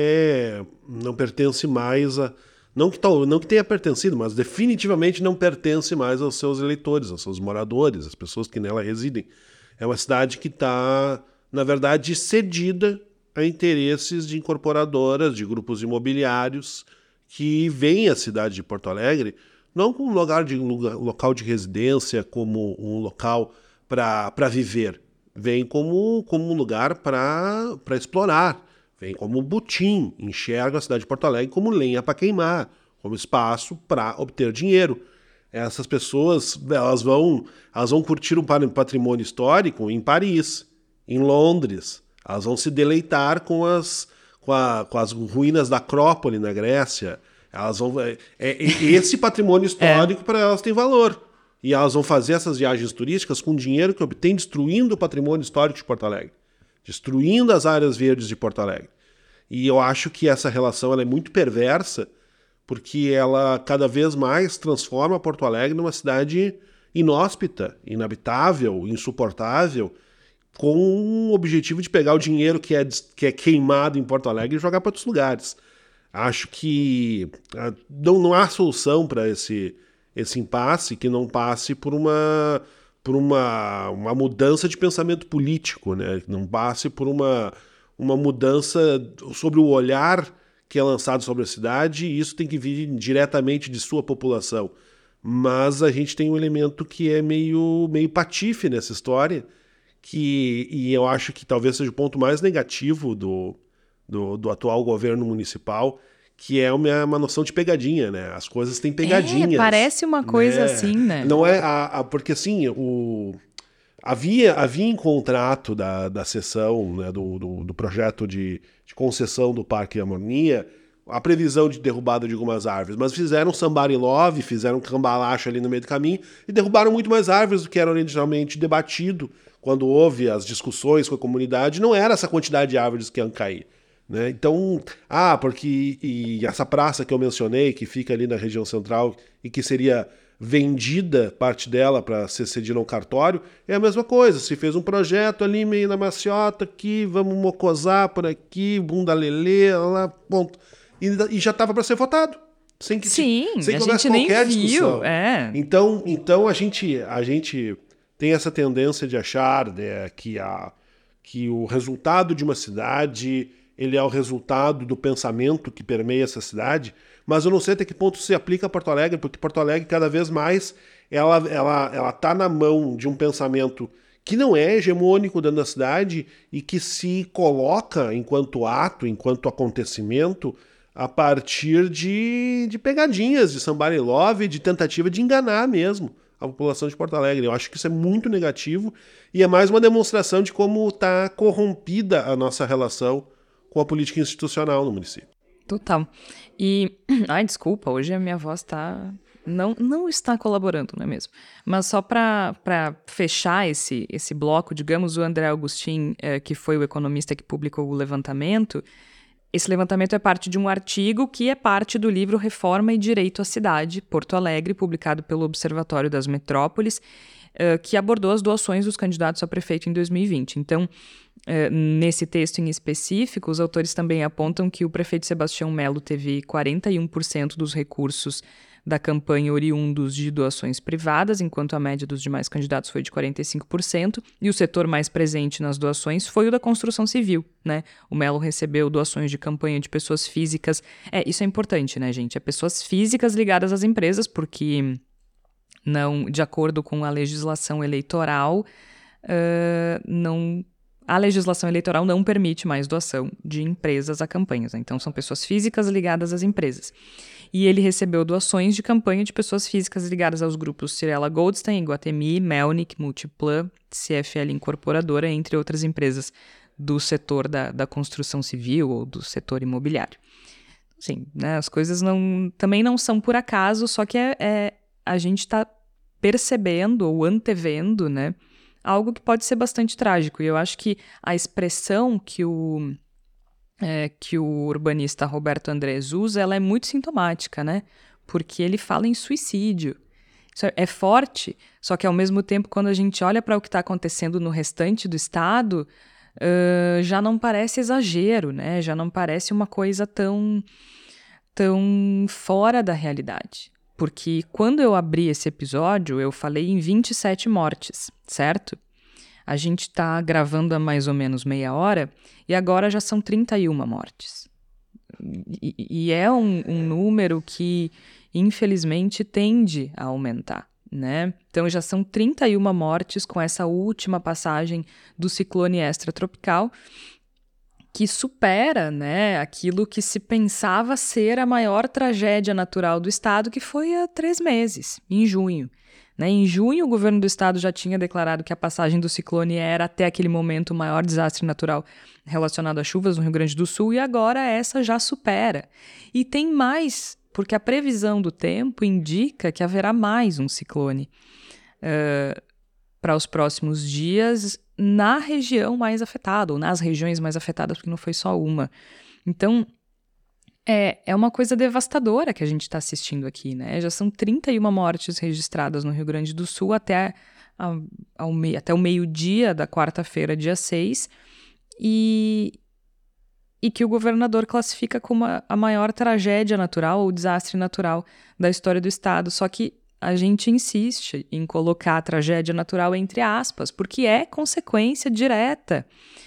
pertence mais a... Não que tenha pertencido, mas definitivamente não pertence mais aos seus eleitores, aos seus moradores, às pessoas que nela residem. É uma cidade que está, na verdade, cedida a interesses de incorporadoras, de grupos imobiliários que veem a cidade de Porto Alegre não como um local de residência, como um local para viver, vem como um lugar para explorar, vem como um butim, enxerga a cidade de Porto Alegre como lenha para queimar, como espaço para obter dinheiro. Essas pessoas elas vão curtir um patrimônio histórico em Paris, em Londres. Elas vão se deleitar com as ruínas da Acrópole na Grécia. Elas vão, esse patrimônio histórico para elas tem valor. E elas vão fazer essas viagens turísticas com dinheiro que obtém destruindo o patrimônio histórico de Porto Alegre, destruindo as áreas verdes de Porto Alegre. E eu acho que essa relação ela é muito perversa, porque ela cada vez mais transforma Porto Alegre numa cidade inóspita, inabitável, insuportável, com o objetivo de pegar o dinheiro que é queimado em Porto Alegre e jogar para outros lugares. Acho que não há solução para esse impasse que não passe por uma mudança de pensamento político, né? Não passe por uma mudança sobre o olhar que é lançado sobre a cidade, e isso tem que vir diretamente de sua população. Mas a gente tem um elemento que é meio patife nessa história, e eu acho que talvez seja o ponto mais negativo do atual governo municipal, que é uma noção de pegadinha, né? As coisas têm pegadinhas. Parece uma coisa assim, né? Não é porque assim, havia em contrato da cessão, né, do projeto de concessão do Parque Harmonia a previsão de derrubada de algumas árvores, mas fizeram somebody love, fizeram um cambalacho ali no meio do caminho e derrubaram muito mais árvores do que era originalmente debatido quando houve as discussões com a comunidade. Não era essa quantidade de árvores que iam cair, né? Então, porque essa praça que eu mencionei, que fica ali na região central e que seria vendida, parte dela, para ser cedida a um cartório, é a mesma coisa. Se fez um projeto ali meio na maciota, aqui, vamos mocosar por aqui, bunda lelê, lá, ponto. E já estava para ser votado. Sem que houvesse qualquer discussão. Então a gente tem essa tendência de achar, né, que o resultado de uma cidade ele é o resultado do pensamento que permeia essa cidade, mas eu não sei até que ponto se aplica a Porto Alegre, porque Porto Alegre cada vez mais ela tá na mão de um pensamento que não é hegemônico dentro da cidade e que se coloca enquanto ato, enquanto acontecimento, a partir de pegadinhas, de somebody love, de tentativa de enganar mesmo a população de Porto Alegre. Eu acho que isso é muito negativo e é mais uma demonstração de como está corrompida a nossa relação com a política institucional no município. Total. E, ai, desculpa, hoje a minha voz não está colaborando, não é mesmo? Mas só para fechar esse bloco, digamos, o André Augustin, que foi o economista que publicou o levantamento, esse levantamento é parte de um artigo que é parte do livro Reforma e Direito à Cidade, Porto Alegre, publicado pelo Observatório das Metrópoles, que abordou as doações dos candidatos a prefeito em 2020. Então, nesse texto em específico, os autores também apontam que o prefeito Sebastião Melo teve 41% dos recursos da campanha oriundos de doações privadas, enquanto a média dos demais candidatos foi de 45%, e o setor mais presente nas doações foi o da construção civil, né? O Melo recebeu doações de campanha de pessoas físicas. Isso é importante, né, gente? É pessoas físicas ligadas às empresas, porque não, de acordo com a legislação eleitoral, a legislação eleitoral não permite mais doação de empresas a campanhas, né? Então são pessoas físicas ligadas às empresas. E ele recebeu doações de campanha de pessoas físicas ligadas aos grupos Cirela Goldstein, Iguatemi, Melnick, Multiplan, CFL Incorporadora, entre outras empresas do setor da construção civil ou do setor imobiliário. Sim, né, as coisas também não são por acaso, só que a gente está percebendo ou antevendo, né, algo que pode ser bastante trágico. E eu acho que a expressão que o urbanista Roberto Andrés usa, ela é muito sintomática, né? Porque ele fala em suicídio. Isso é forte, só que ao mesmo tempo, quando a gente olha para o que está acontecendo no restante do estado, já não parece exagero, né? Já não parece uma coisa tão fora da realidade. Porque quando eu abri esse episódio, eu falei em 27 mortes, certo? A gente está gravando há mais ou menos meia hora e agora já são 31 mortes. E é um número que, infelizmente, tende a aumentar, né? Então já são 31 mortes com essa última passagem do ciclone extratropical, que supera, né, aquilo que se pensava ser a maior tragédia natural do estado, que foi há 3 meses, em junho. Né? Em junho, o governo do estado já tinha declarado que a passagem do ciclone era, até aquele momento, o maior desastre natural relacionado a chuvas no Rio Grande do Sul, e agora essa já supera. E tem mais, porque a previsão do tempo indica que haverá mais um ciclone para os próximos dias na região mais afetada, ou nas regiões mais afetadas, porque não foi só uma. Então, é uma coisa devastadora que a gente está assistindo aqui, né? Já são 31 mortes registradas no Rio Grande do Sul até o meio-dia da quarta-feira, dia 6, e que o governador classifica como a maior tragédia natural ou desastre natural da história do estado. Só que a gente insiste em colocar a tragédia natural entre aspas, porque é consequência direta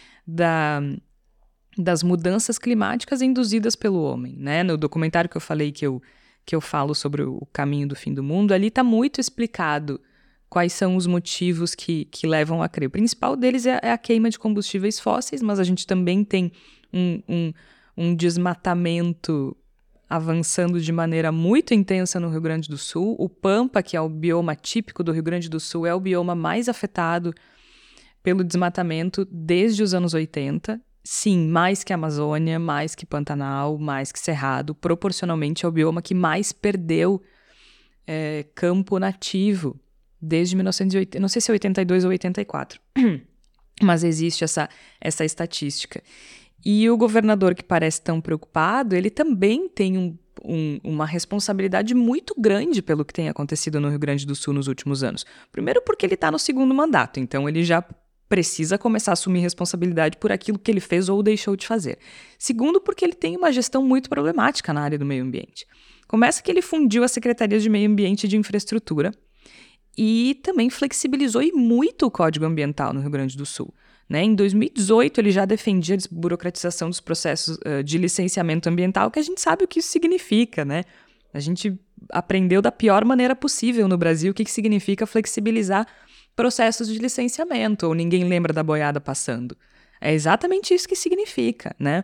das mudanças climáticas induzidas pelo homem, né? No documentário que eu falei que eu falo sobre o caminho do fim do mundo, ali está muito explicado quais são os motivos que levam a crer. O principal deles é a queima de combustíveis fósseis, mas a gente também tem um desmatamento avançando de maneira muito intensa no Rio Grande do Sul. O Pampa, que é o bioma típico do Rio Grande do Sul, é o bioma mais afetado pelo desmatamento desde os anos 80. Sim, mais que a Amazônia, mais que Pantanal, mais que Cerrado, proporcionalmente é o bioma que mais perdeu campo nativo desde 1980, não sei se é 82 ou 84, mas existe essa estatística. E o governador, que parece tão preocupado, ele também tem uma responsabilidade muito grande pelo que tem acontecido no Rio Grande do Sul nos últimos anos. Primeiro porque ele está no segundo mandato, então ele já precisa começar a assumir responsabilidade por aquilo que ele fez ou deixou de fazer. Segundo, porque ele tem uma gestão muito problemática na área do meio ambiente. Começa que ele fundiu as secretarias de meio ambiente e de infraestrutura e também flexibilizou muito o Código Ambiental no Rio Grande do Sul. Né? Em 2018, ele já defendia a desburocratização dos processos de licenciamento ambiental, que a gente sabe o que isso significa, né? A gente aprendeu da pior maneira possível no Brasil o que significa flexibilizar processos de licenciamento, ou ninguém lembra da boiada passando. É exatamente isso que significa, né?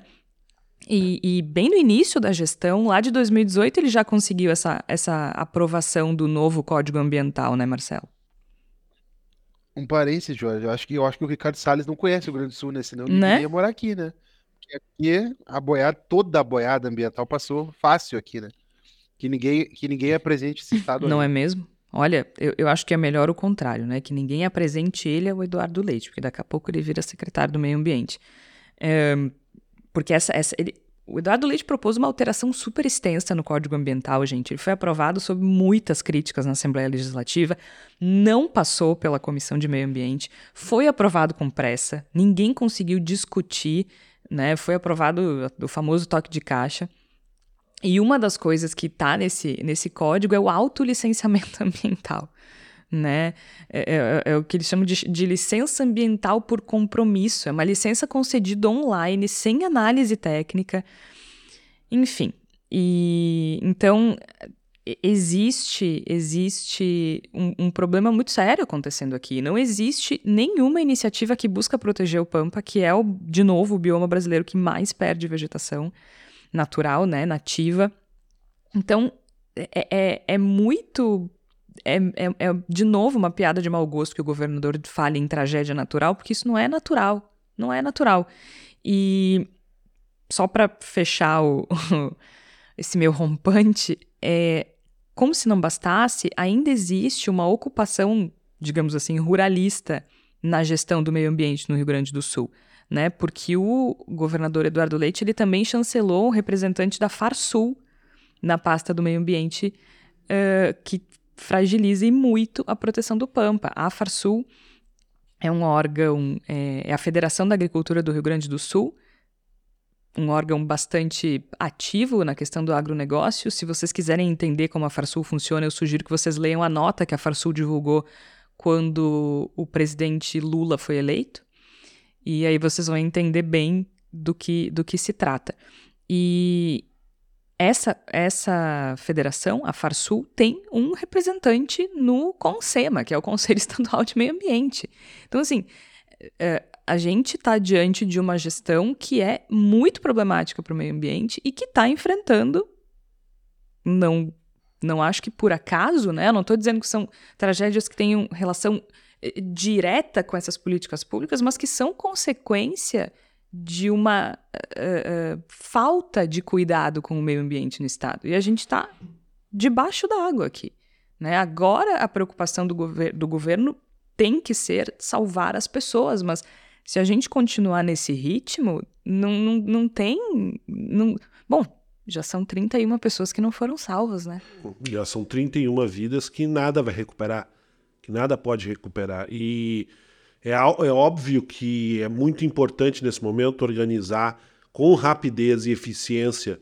E bem no início da gestão, lá de 2018, ele já conseguiu essa aprovação do novo Código Ambiental, né, Marcelo? Um parênteses, Jorge, eu acho que o Ricardo Salles não conhece o Rio Grande do Sul, né? Senão ele Né? iria morar aqui, né? Porque aqui toda a boiada ambiental passou fácil aqui, né? Que ninguém apresente esse estado Não é ainda. mesmo? Olha, eu acho que é melhor o contrário, né? Que ninguém apresente ele ao Eduardo Leite, porque daqui a pouco ele vira secretário do Meio Ambiente. Porque o Eduardo Leite propôs uma alteração super extensa no Código Ambiental, gente. Ele foi aprovado sob muitas críticas na Assembleia Legislativa, não passou pela Comissão de Meio Ambiente, foi aprovado com pressa, ninguém conseguiu discutir, né? Foi aprovado o famoso toque de caixa. E uma das coisas que está nesse código é o autolicenciamento ambiental, né? É o que eles chamam de licença ambiental por compromisso. É uma licença concedida online, sem análise técnica. Enfim. Então, existe um problema muito sério acontecendo aqui. Não existe nenhuma iniciativa que busca proteger o Pampa, que é, de novo, o bioma brasileiro que mais perde vegetação natural, né, nativa. Então, é muito... É, de novo, uma piada de mau gosto que o governador fale em tragédia natural, porque isso não é natural. Não é natural. E só para fechar esse meu rompante, como se não bastasse, ainda existe uma ocupação, digamos assim, ruralista na gestão do meio ambiente no Rio Grande do Sul. Né, porque o governador Eduardo Leite ele também chancelou um representante da Farsul na pasta do meio ambiente que fragiliza muito a proteção do Pampa. A Farsul é um órgão, é a Federação da Agricultura do Rio Grande do Sul, um órgão bastante ativo na questão do agronegócio. Se vocês quiserem entender como a Farsul funciona, eu sugiro que vocês leiam a nota que a Farsul divulgou quando o presidente Lula foi eleito. E aí vocês vão entender bem do que se trata. E essa federação, a Farsul, tem um representante no CONSEMA, que é o Conselho Estadual de Meio Ambiente. Então, assim, a gente está diante de uma gestão que é muito problemática para o meio ambiente e que está enfrentando, não acho que por acaso, né? Eu não estou dizendo que são tragédias que tenham relação direta com essas políticas públicas, mas que são consequência de uma falta de cuidado com o meio ambiente no Estado. E a gente está debaixo d'água aqui. Né? Agora a preocupação do governo tem que ser salvar as pessoas, mas se a gente continuar nesse ritmo, não tem... Bom, já são 31 pessoas que não foram salvas, né? Já são 31 vidas que nada vai recuperar. Que nada pode recuperar. E é óbvio que é muito importante nesse momento organizar com rapidez e eficiência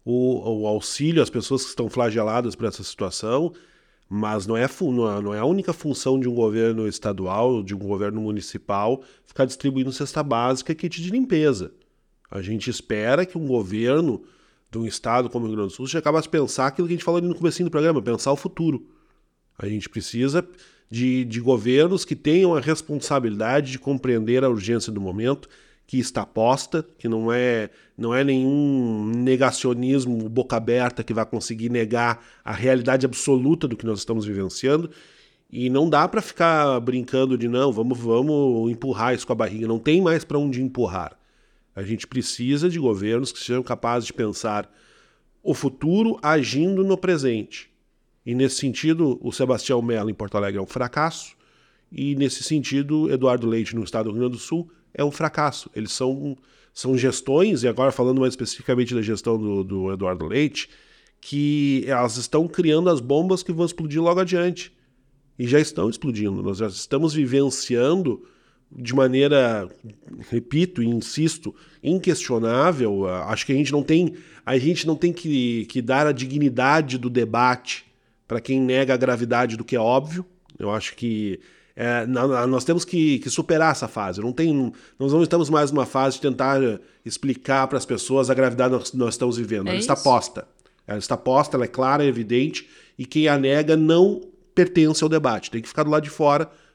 o auxílio às pessoas que estão flageladas por essa situação, mas não é a única função de um governo estadual, de um governo municipal, ficar distribuindo cesta básica e kit de limpeza. A gente espera que um governo de um estado como o Rio Grande do Sul seja capaz de pensar aquilo que a gente falou ali no comecinho do programa, pensar o futuro. A gente precisa de governos que tenham a responsabilidade de compreender a urgência do momento, que está posta, que não é nenhum negacionismo boca aberta que vai conseguir negar a realidade absoluta do que nós estamos vivenciando. E não dá para ficar brincando de não, vamos empurrar isso com a barriga. Não tem mais para onde empurrar. A gente precisa de governos que sejam capazes de pensar o futuro agindo no presente. E nesse sentido, o Sebastião Mello em Porto Alegre é um fracasso, e nesse sentido, Eduardo Leite no estado do Rio Grande do Sul é um fracasso. Eles são gestões, e agora falando mais especificamente da gestão do Eduardo Leite, que elas estão criando as bombas que vão explodir logo adiante. E já estão explodindo. Nós já estamos vivenciando de maneira, repito e insisto, inquestionável. Acho que a gente não tem que dar a dignidade do debate para quem nega a gravidade do que é óbvio. Eu acho que nós temos que superar essa fase. Nós não estamos mais numa fase de tentar explicar para as pessoas a gravidade que nós estamos vivendo. Ela está posta. Ela está posta, ela é clara, é evidente, e quem a nega não pertence ao debate. Tem que ficar do lado de fora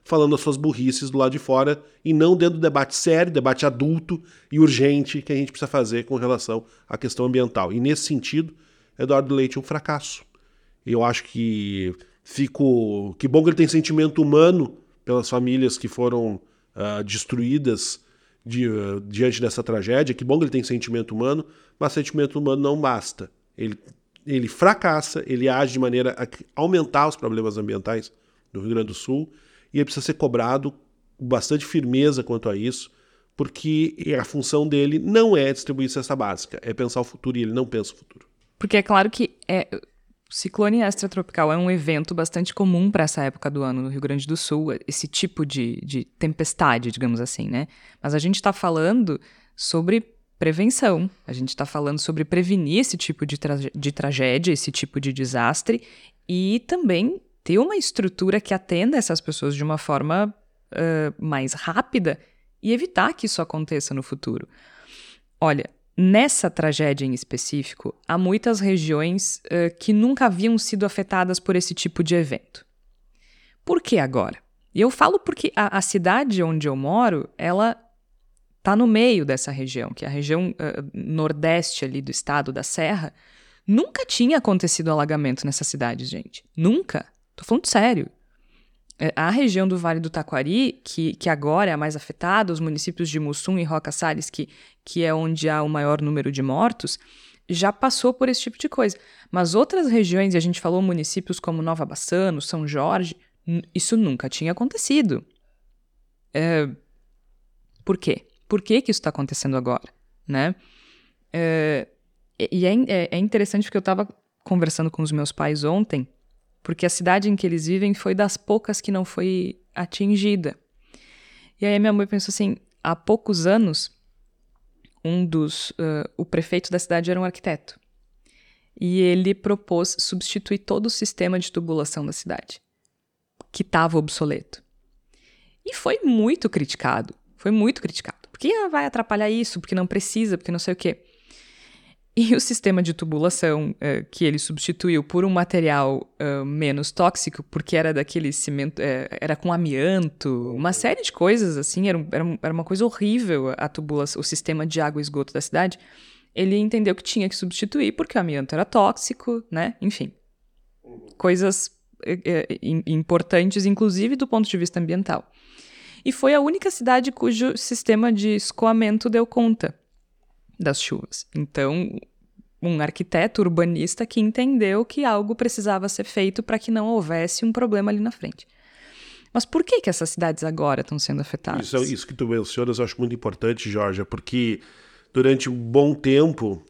falando as suas burrices do lado de fora e não dentro do debate sério, debate adulto e urgente que a gente precisa fazer com relação à questão ambiental. E nesse sentido, Eduardo Leite é um fracasso. Eu acho que que bom que ele tem sentimento humano pelas famílias que foram destruídas diante dessa tragédia, que bom que ele tem sentimento humano, mas sentimento humano não basta. Ele fracassa, ele age de maneira a aumentar os problemas ambientais do Rio Grande do Sul e ele precisa ser cobrado com bastante firmeza quanto a isso, porque a função dele não é distribuir cesta básica, é pensar o futuro e ele não pensa o futuro. Porque é claro que o ciclone extratropical é um evento bastante comum para essa época do ano no Rio Grande do Sul, esse tipo de tempestade, digamos assim, né? Mas a gente está falando sobre prevenção, a gente está falando sobre prevenir esse tipo de tragédia, esse tipo de desastre e também ter uma estrutura que atenda essas pessoas de uma forma mais rápida e evitar que isso aconteça no futuro. Olha, nessa tragédia em específico, há muitas regiões que nunca haviam sido afetadas por esse tipo de evento. Por que agora? E eu falo porque a cidade onde eu moro, ela está no meio dessa região, que é a região nordeste ali do estado da Serra. Nunca tinha acontecido alagamento nessa cidade, gente. Nunca. Tô falando sério. A região do Vale do Taquari, que agora é a mais afetada, os municípios de Mussum e Roca Salles, que é onde há o maior número de mortos, já passou por esse tipo de coisa. Mas outras regiões, e a gente falou municípios como Nova Bassano, São Jorge, isso nunca tinha acontecido. Por quê? Por que isso está acontecendo agora? Né? E é interessante porque eu estava conversando com os meus pais ontem, porque a cidade em que eles vivem foi das poucas que não foi atingida. E aí a minha mãe pensou assim, há poucos anos, o prefeito da cidade era um arquiteto. E ele propôs substituir todo o sistema de tubulação da cidade, que estava obsoleto. E foi muito criticado. Porque vai atrapalhar isso, porque não precisa, porque não sei o quê. E o sistema de tubulação que ele substituiu por um material menos tóxico, porque era daquele cimento, era com amianto, uma série de coisas, assim, era uma coisa horrível a tubulação, o sistema de água e esgoto da cidade. Ele entendeu que tinha que substituir porque o amianto era tóxico, né? Enfim, coisas importantes, inclusive do ponto de vista ambiental. E foi a única cidade cujo sistema de escoamento deu conta das chuvas. Então, um arquiteto urbanista que entendeu que algo precisava ser feito para que não houvesse um problema ali na frente. Mas por que essas cidades agora estão sendo afetadas? Isso que tu mencionas eu acho muito importante, Jorge, porque durante um bom tempo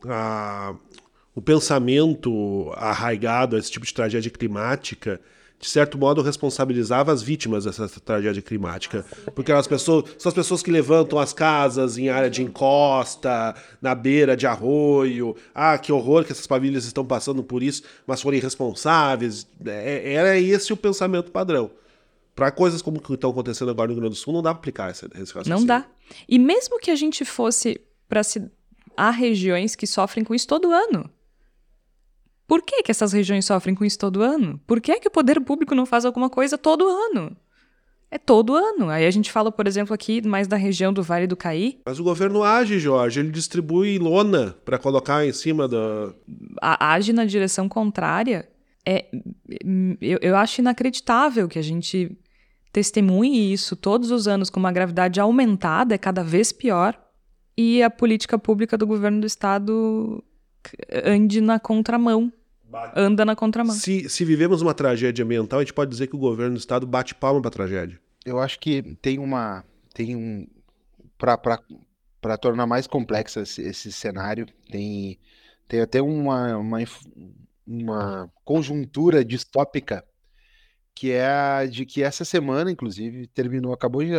o pensamento arraigado a esse tipo de tragédia climática de certo modo, responsabilizava as vítimas dessa tragédia climática. Porque são as pessoas que levantam as casas em área de encosta, na beira de arroio. Ah, que horror que essas famílias estão passando por isso, mas foram irresponsáveis. Era esse o pensamento padrão. Para coisas como que estão acontecendo agora no Rio Grande do Sul, não dá para aplicar esse raciocínio. Não dá. E mesmo que a gente fosse para... Há regiões que sofrem com isso todo ano. Por que essas regiões sofrem com isso todo ano? Por que o poder público não faz alguma coisa todo ano? É todo ano. Aí a gente fala, por exemplo, aqui mais da região do Vale do Caí. Mas o governo age, Jorge. Ele distribui lona para colocar em cima da... Age na direção contrária. Eu acho inacreditável que a gente testemunhe isso todos os anos com uma gravidade aumentada, é cada vez pior, e a política pública do governo do estado anda na contramão. Se vivemos uma tragédia ambiental, a gente pode dizer que o governo do estado bate palma para a tragédia. Eu acho que para tornar mais complexo esse cenário, tem até uma conjuntura distópica que é a de que essa semana, inclusive, terminou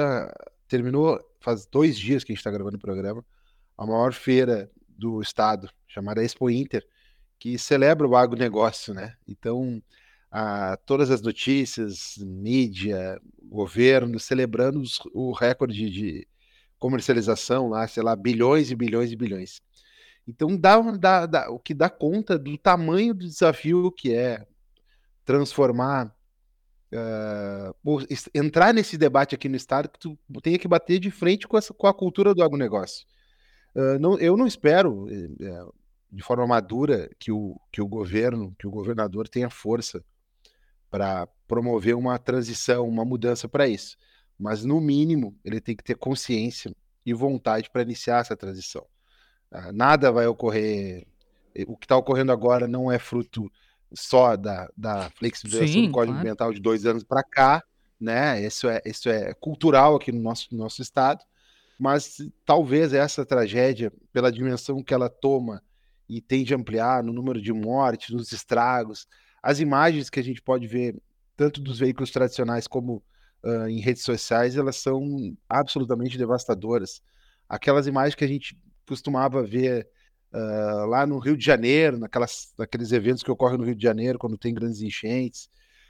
faz 2 dias que a gente está gravando o programa, a maior feira do estado, chamada Expo Inter, que celebra o agronegócio, né? Então, todas as notícias, mídia, governo, celebrando o recorde de comercialização lá, sei lá, bilhões e bilhões e bilhões. Então, o que dá conta do tamanho do desafio que é transformar entrar nesse debate aqui no Estado que tu tenha que bater de frente com a cultura do agronegócio. Eu não espero, de forma madura, que o governador tenha força para promover uma transição, uma mudança para isso. Mas, no mínimo, ele tem que ter consciência e vontade para iniciar essa transição. Nada vai ocorrer. O que está ocorrendo agora não é fruto só da flexibilização do Código Ambiental de 2 anos para cá, né? Isso é cultural aqui no nosso estado, mas talvez essa tragédia, pela dimensão que ela toma e tende a ampliar no número de mortes, nos estragos, as imagens que a gente pode ver, tanto dos veículos tradicionais como em redes sociais, elas são absolutamente devastadoras. Aquelas imagens que a gente costumava ver lá no Rio de Janeiro, naqueles eventos que ocorrem no Rio de Janeiro, quando tem grandes enchentes,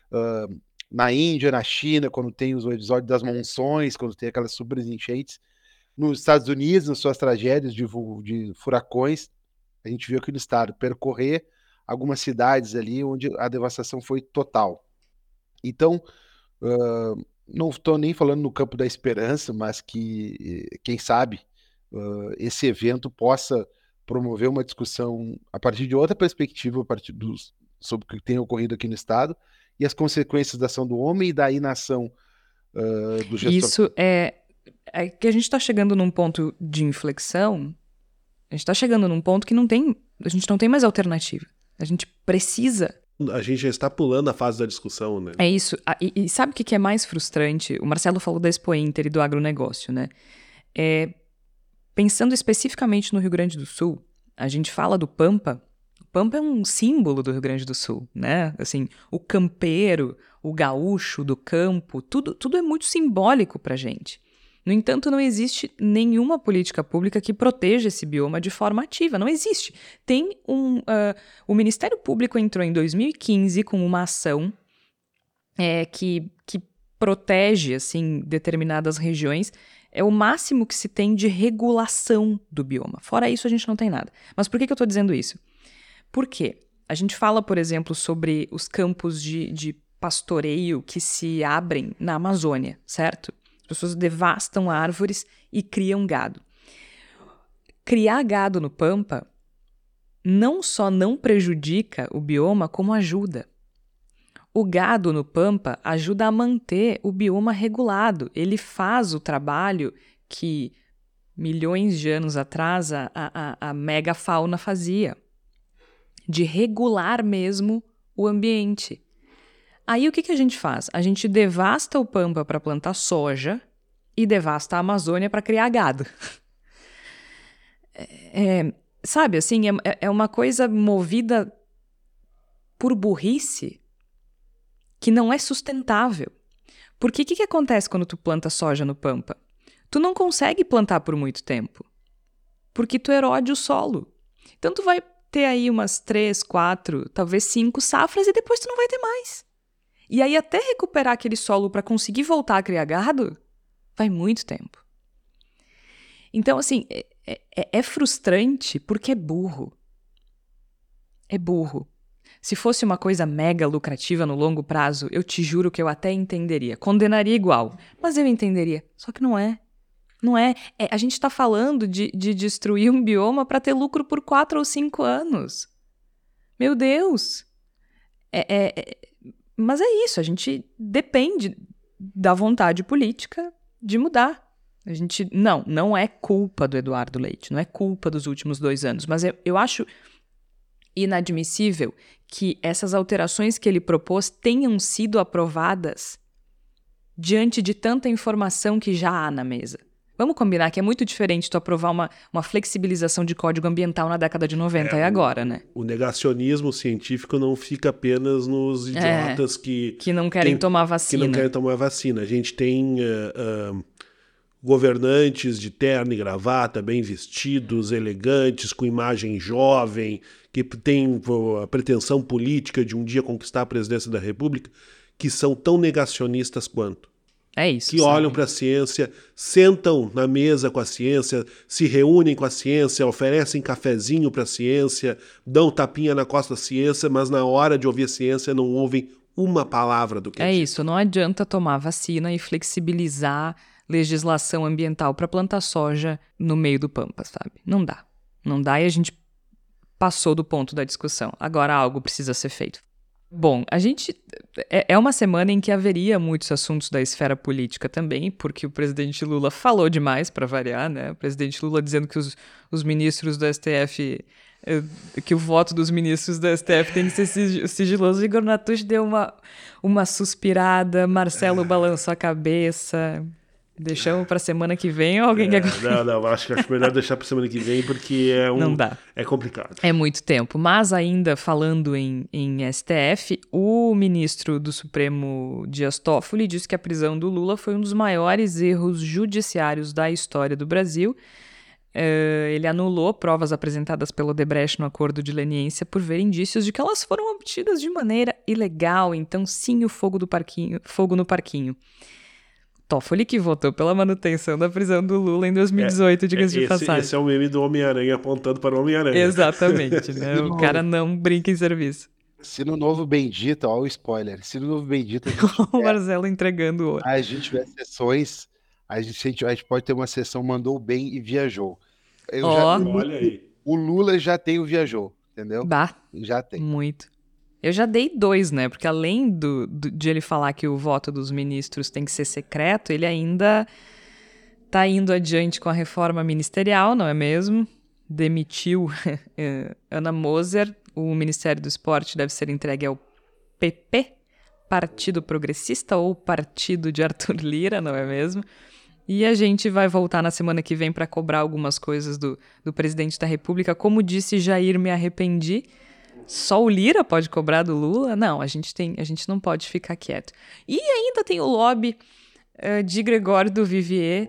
na Índia, na China, quando tem os episódios das monções, quando tem aquelas super enchentes, nos Estados Unidos, nas suas tragédias de furacões, a gente viu aqui no estado percorrer algumas cidades ali onde a devastação foi total. Então, não estou nem falando no campo da esperança, mas que, quem sabe, esse evento possa promover uma discussão a partir de outra perspectiva, sobre o que tem ocorrido aqui no estado e as consequências da ação do homem e da inação do gestor. Isso é que a gente está chegando num ponto de inflexão, a gente está chegando num ponto que a gente não tem mais alternativa. A gente precisa. A gente já está pulando a fase da discussão, né? É isso. E sabe o que é mais frustrante? O Marcelo falou da Expo Inter e do agronegócio, né? Pensando especificamente no Rio Grande do Sul, a gente fala do Pampa. O Pampa é um símbolo do Rio Grande do Sul, né? Assim, o campeiro, o gaúcho do campo, tudo é muito simbólico pra gente. No entanto, não existe nenhuma política pública que proteja esse bioma de forma ativa. Não existe. O Ministério Público entrou em 2015 com uma ação que protege assim, determinadas regiões. É o máximo que se tem de regulação do bioma. Fora isso, a gente não tem nada. Mas por que eu estou dizendo isso? Por quê? A gente fala, por exemplo, sobre os campos de pastoreio que se abrem na Amazônia, certo? As pessoas devastam árvores e criam gado. Criar gado no Pampa não só não prejudica o bioma, como ajuda. O gado no Pampa ajuda a manter o bioma regulado. Ele faz o trabalho que milhões de anos atrás a megafauna fazia, de regular mesmo o ambiente. Aí o que a gente faz? A gente devasta o Pampa para plantar soja e devasta a Amazônia para criar gado. Sabe, assim, é uma coisa movida por burrice que não é sustentável. Porque o que acontece quando tu planta soja no Pampa? Tu não consegue plantar por muito tempo, porque tu erode o solo. Então tu vai ter aí umas 3, 4, talvez 5 safras e depois tu não vai ter mais. E aí até recuperar aquele solo para conseguir voltar a criar gado, vai muito tempo. Então, assim, é frustrante porque é burro. É burro. Se fosse uma coisa mega lucrativa no longo prazo, eu te juro que eu até entenderia. Condenaria igual, mas eu entenderia. Só que não é. Não é. A gente está falando de destruir um bioma para ter lucro por 4 ou 5 anos. Meu Deus! Mas é isso, a gente depende da vontade política de mudar. A gente não é culpa do Eduardo Leite, não é culpa dos últimos 2 anos, mas eu acho inadmissível que essas alterações que ele propôs tenham sido aprovadas diante de tanta informação que já há na mesa. Vamos combinar que é muito diferente tu aprovar uma flexibilização de código ambiental na década de 90 e agora, né? O negacionismo científico não fica apenas nos idiotas que não querem tomar vacina. Que não querem tomar vacina. A gente tem governantes de terno e gravata, bem vestidos, elegantes, com imagem jovem, que têm a pretensão política de um dia conquistar a presidência da República, que são tão negacionistas quanto. É isso. Que olham para a ciência, sentam na mesa com a ciência, se reúnem com a ciência, oferecem cafezinho para a ciência, dão tapinha na costa da ciência, mas na hora de ouvir a ciência não ouvem uma palavra do que é isso, não adianta tomar vacina e flexibilizar legislação ambiental para plantar soja no meio do Pampa, sabe? Não dá. Não dá e a gente passou do ponto da discussão. Agora algo precisa ser feito. Bom, a gente... É uma semana em que haveria muitos assuntos da esfera política também, porque o presidente Lula falou demais, para variar, né? O presidente Lula dizendo que os ministros do STF... que o voto dos ministros do STF tem que ser sigiloso. Igor Natush deu uma suspirada, Marcelo balançou a cabeça... Deixamos para semana que vem ou alguém quer... Não, acho melhor deixar para semana que vem porque não dá. É complicado. É muito tempo. Mas ainda falando em STF, o ministro do Supremo Dias Toffoli disse que a prisão do Lula foi um dos maiores erros judiciários da história do Brasil. Ele anulou provas apresentadas pelo Odebrecht no acordo de leniência por ver indícios de que elas foram obtidas de maneira ilegal. Então, sim, o fogo no parquinho. Toffoli que votou pela manutenção da prisão do Lula em 2018, diga-se de passagem. Esse é o meme do Homem-Aranha apontando para o Homem-Aranha. Exatamente, né? O cara não brinca em serviço. Se no Novo Bendito, ó o spoiler, se no Novo Bendito... O Marcelo entregando ouro. A gente tiver sessões, a gente pode ter uma sessão mandou bem e viajou. Olha aí. O Lula já tem o viajou, entendeu? Bah, já tem. Muito. Eu já dei 2, né? Porque além de ele falar que o voto dos ministros tem que ser secreto, ele ainda tá indo adiante com a reforma ministerial, não é mesmo? Demitiu Ana Moser, o Ministério do Esporte deve ser entregue ao PP, Partido Progressista ou Partido de Arthur Lira, não é mesmo? E a gente vai voltar na semana que vem para cobrar algumas coisas do presidente da República. Como disse Jair, me arrependi. Só o Lira pode cobrar do Lula? Não, a gente não pode ficar quieto. E ainda tem o lobby de Gregório do Vivier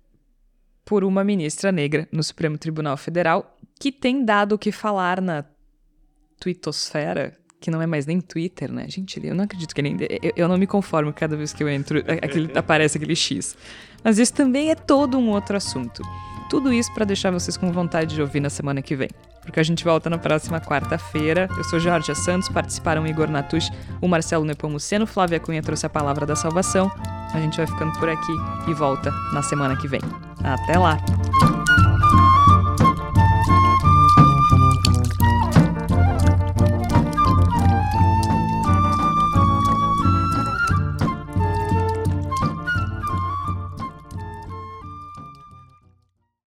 por uma ministra negra no Supremo Tribunal Federal, que tem dado o que falar na twittosfera, que não é mais nem Twitter, né? Gente, eu não acredito que nem... Eu não me conformo cada vez que eu entro, aparece aquele X. Mas isso também é todo um outro assunto. Tudo isso para deixar vocês com vontade de ouvir na semana que vem. Porque a gente volta na próxima quarta-feira. Eu sou Georgia Santos, participaram Igor Natush, o Marcelo Nepomuceno, Flávia Cunha trouxe a palavra da salvação. A gente vai ficando por aqui e volta na semana que vem. Até lá!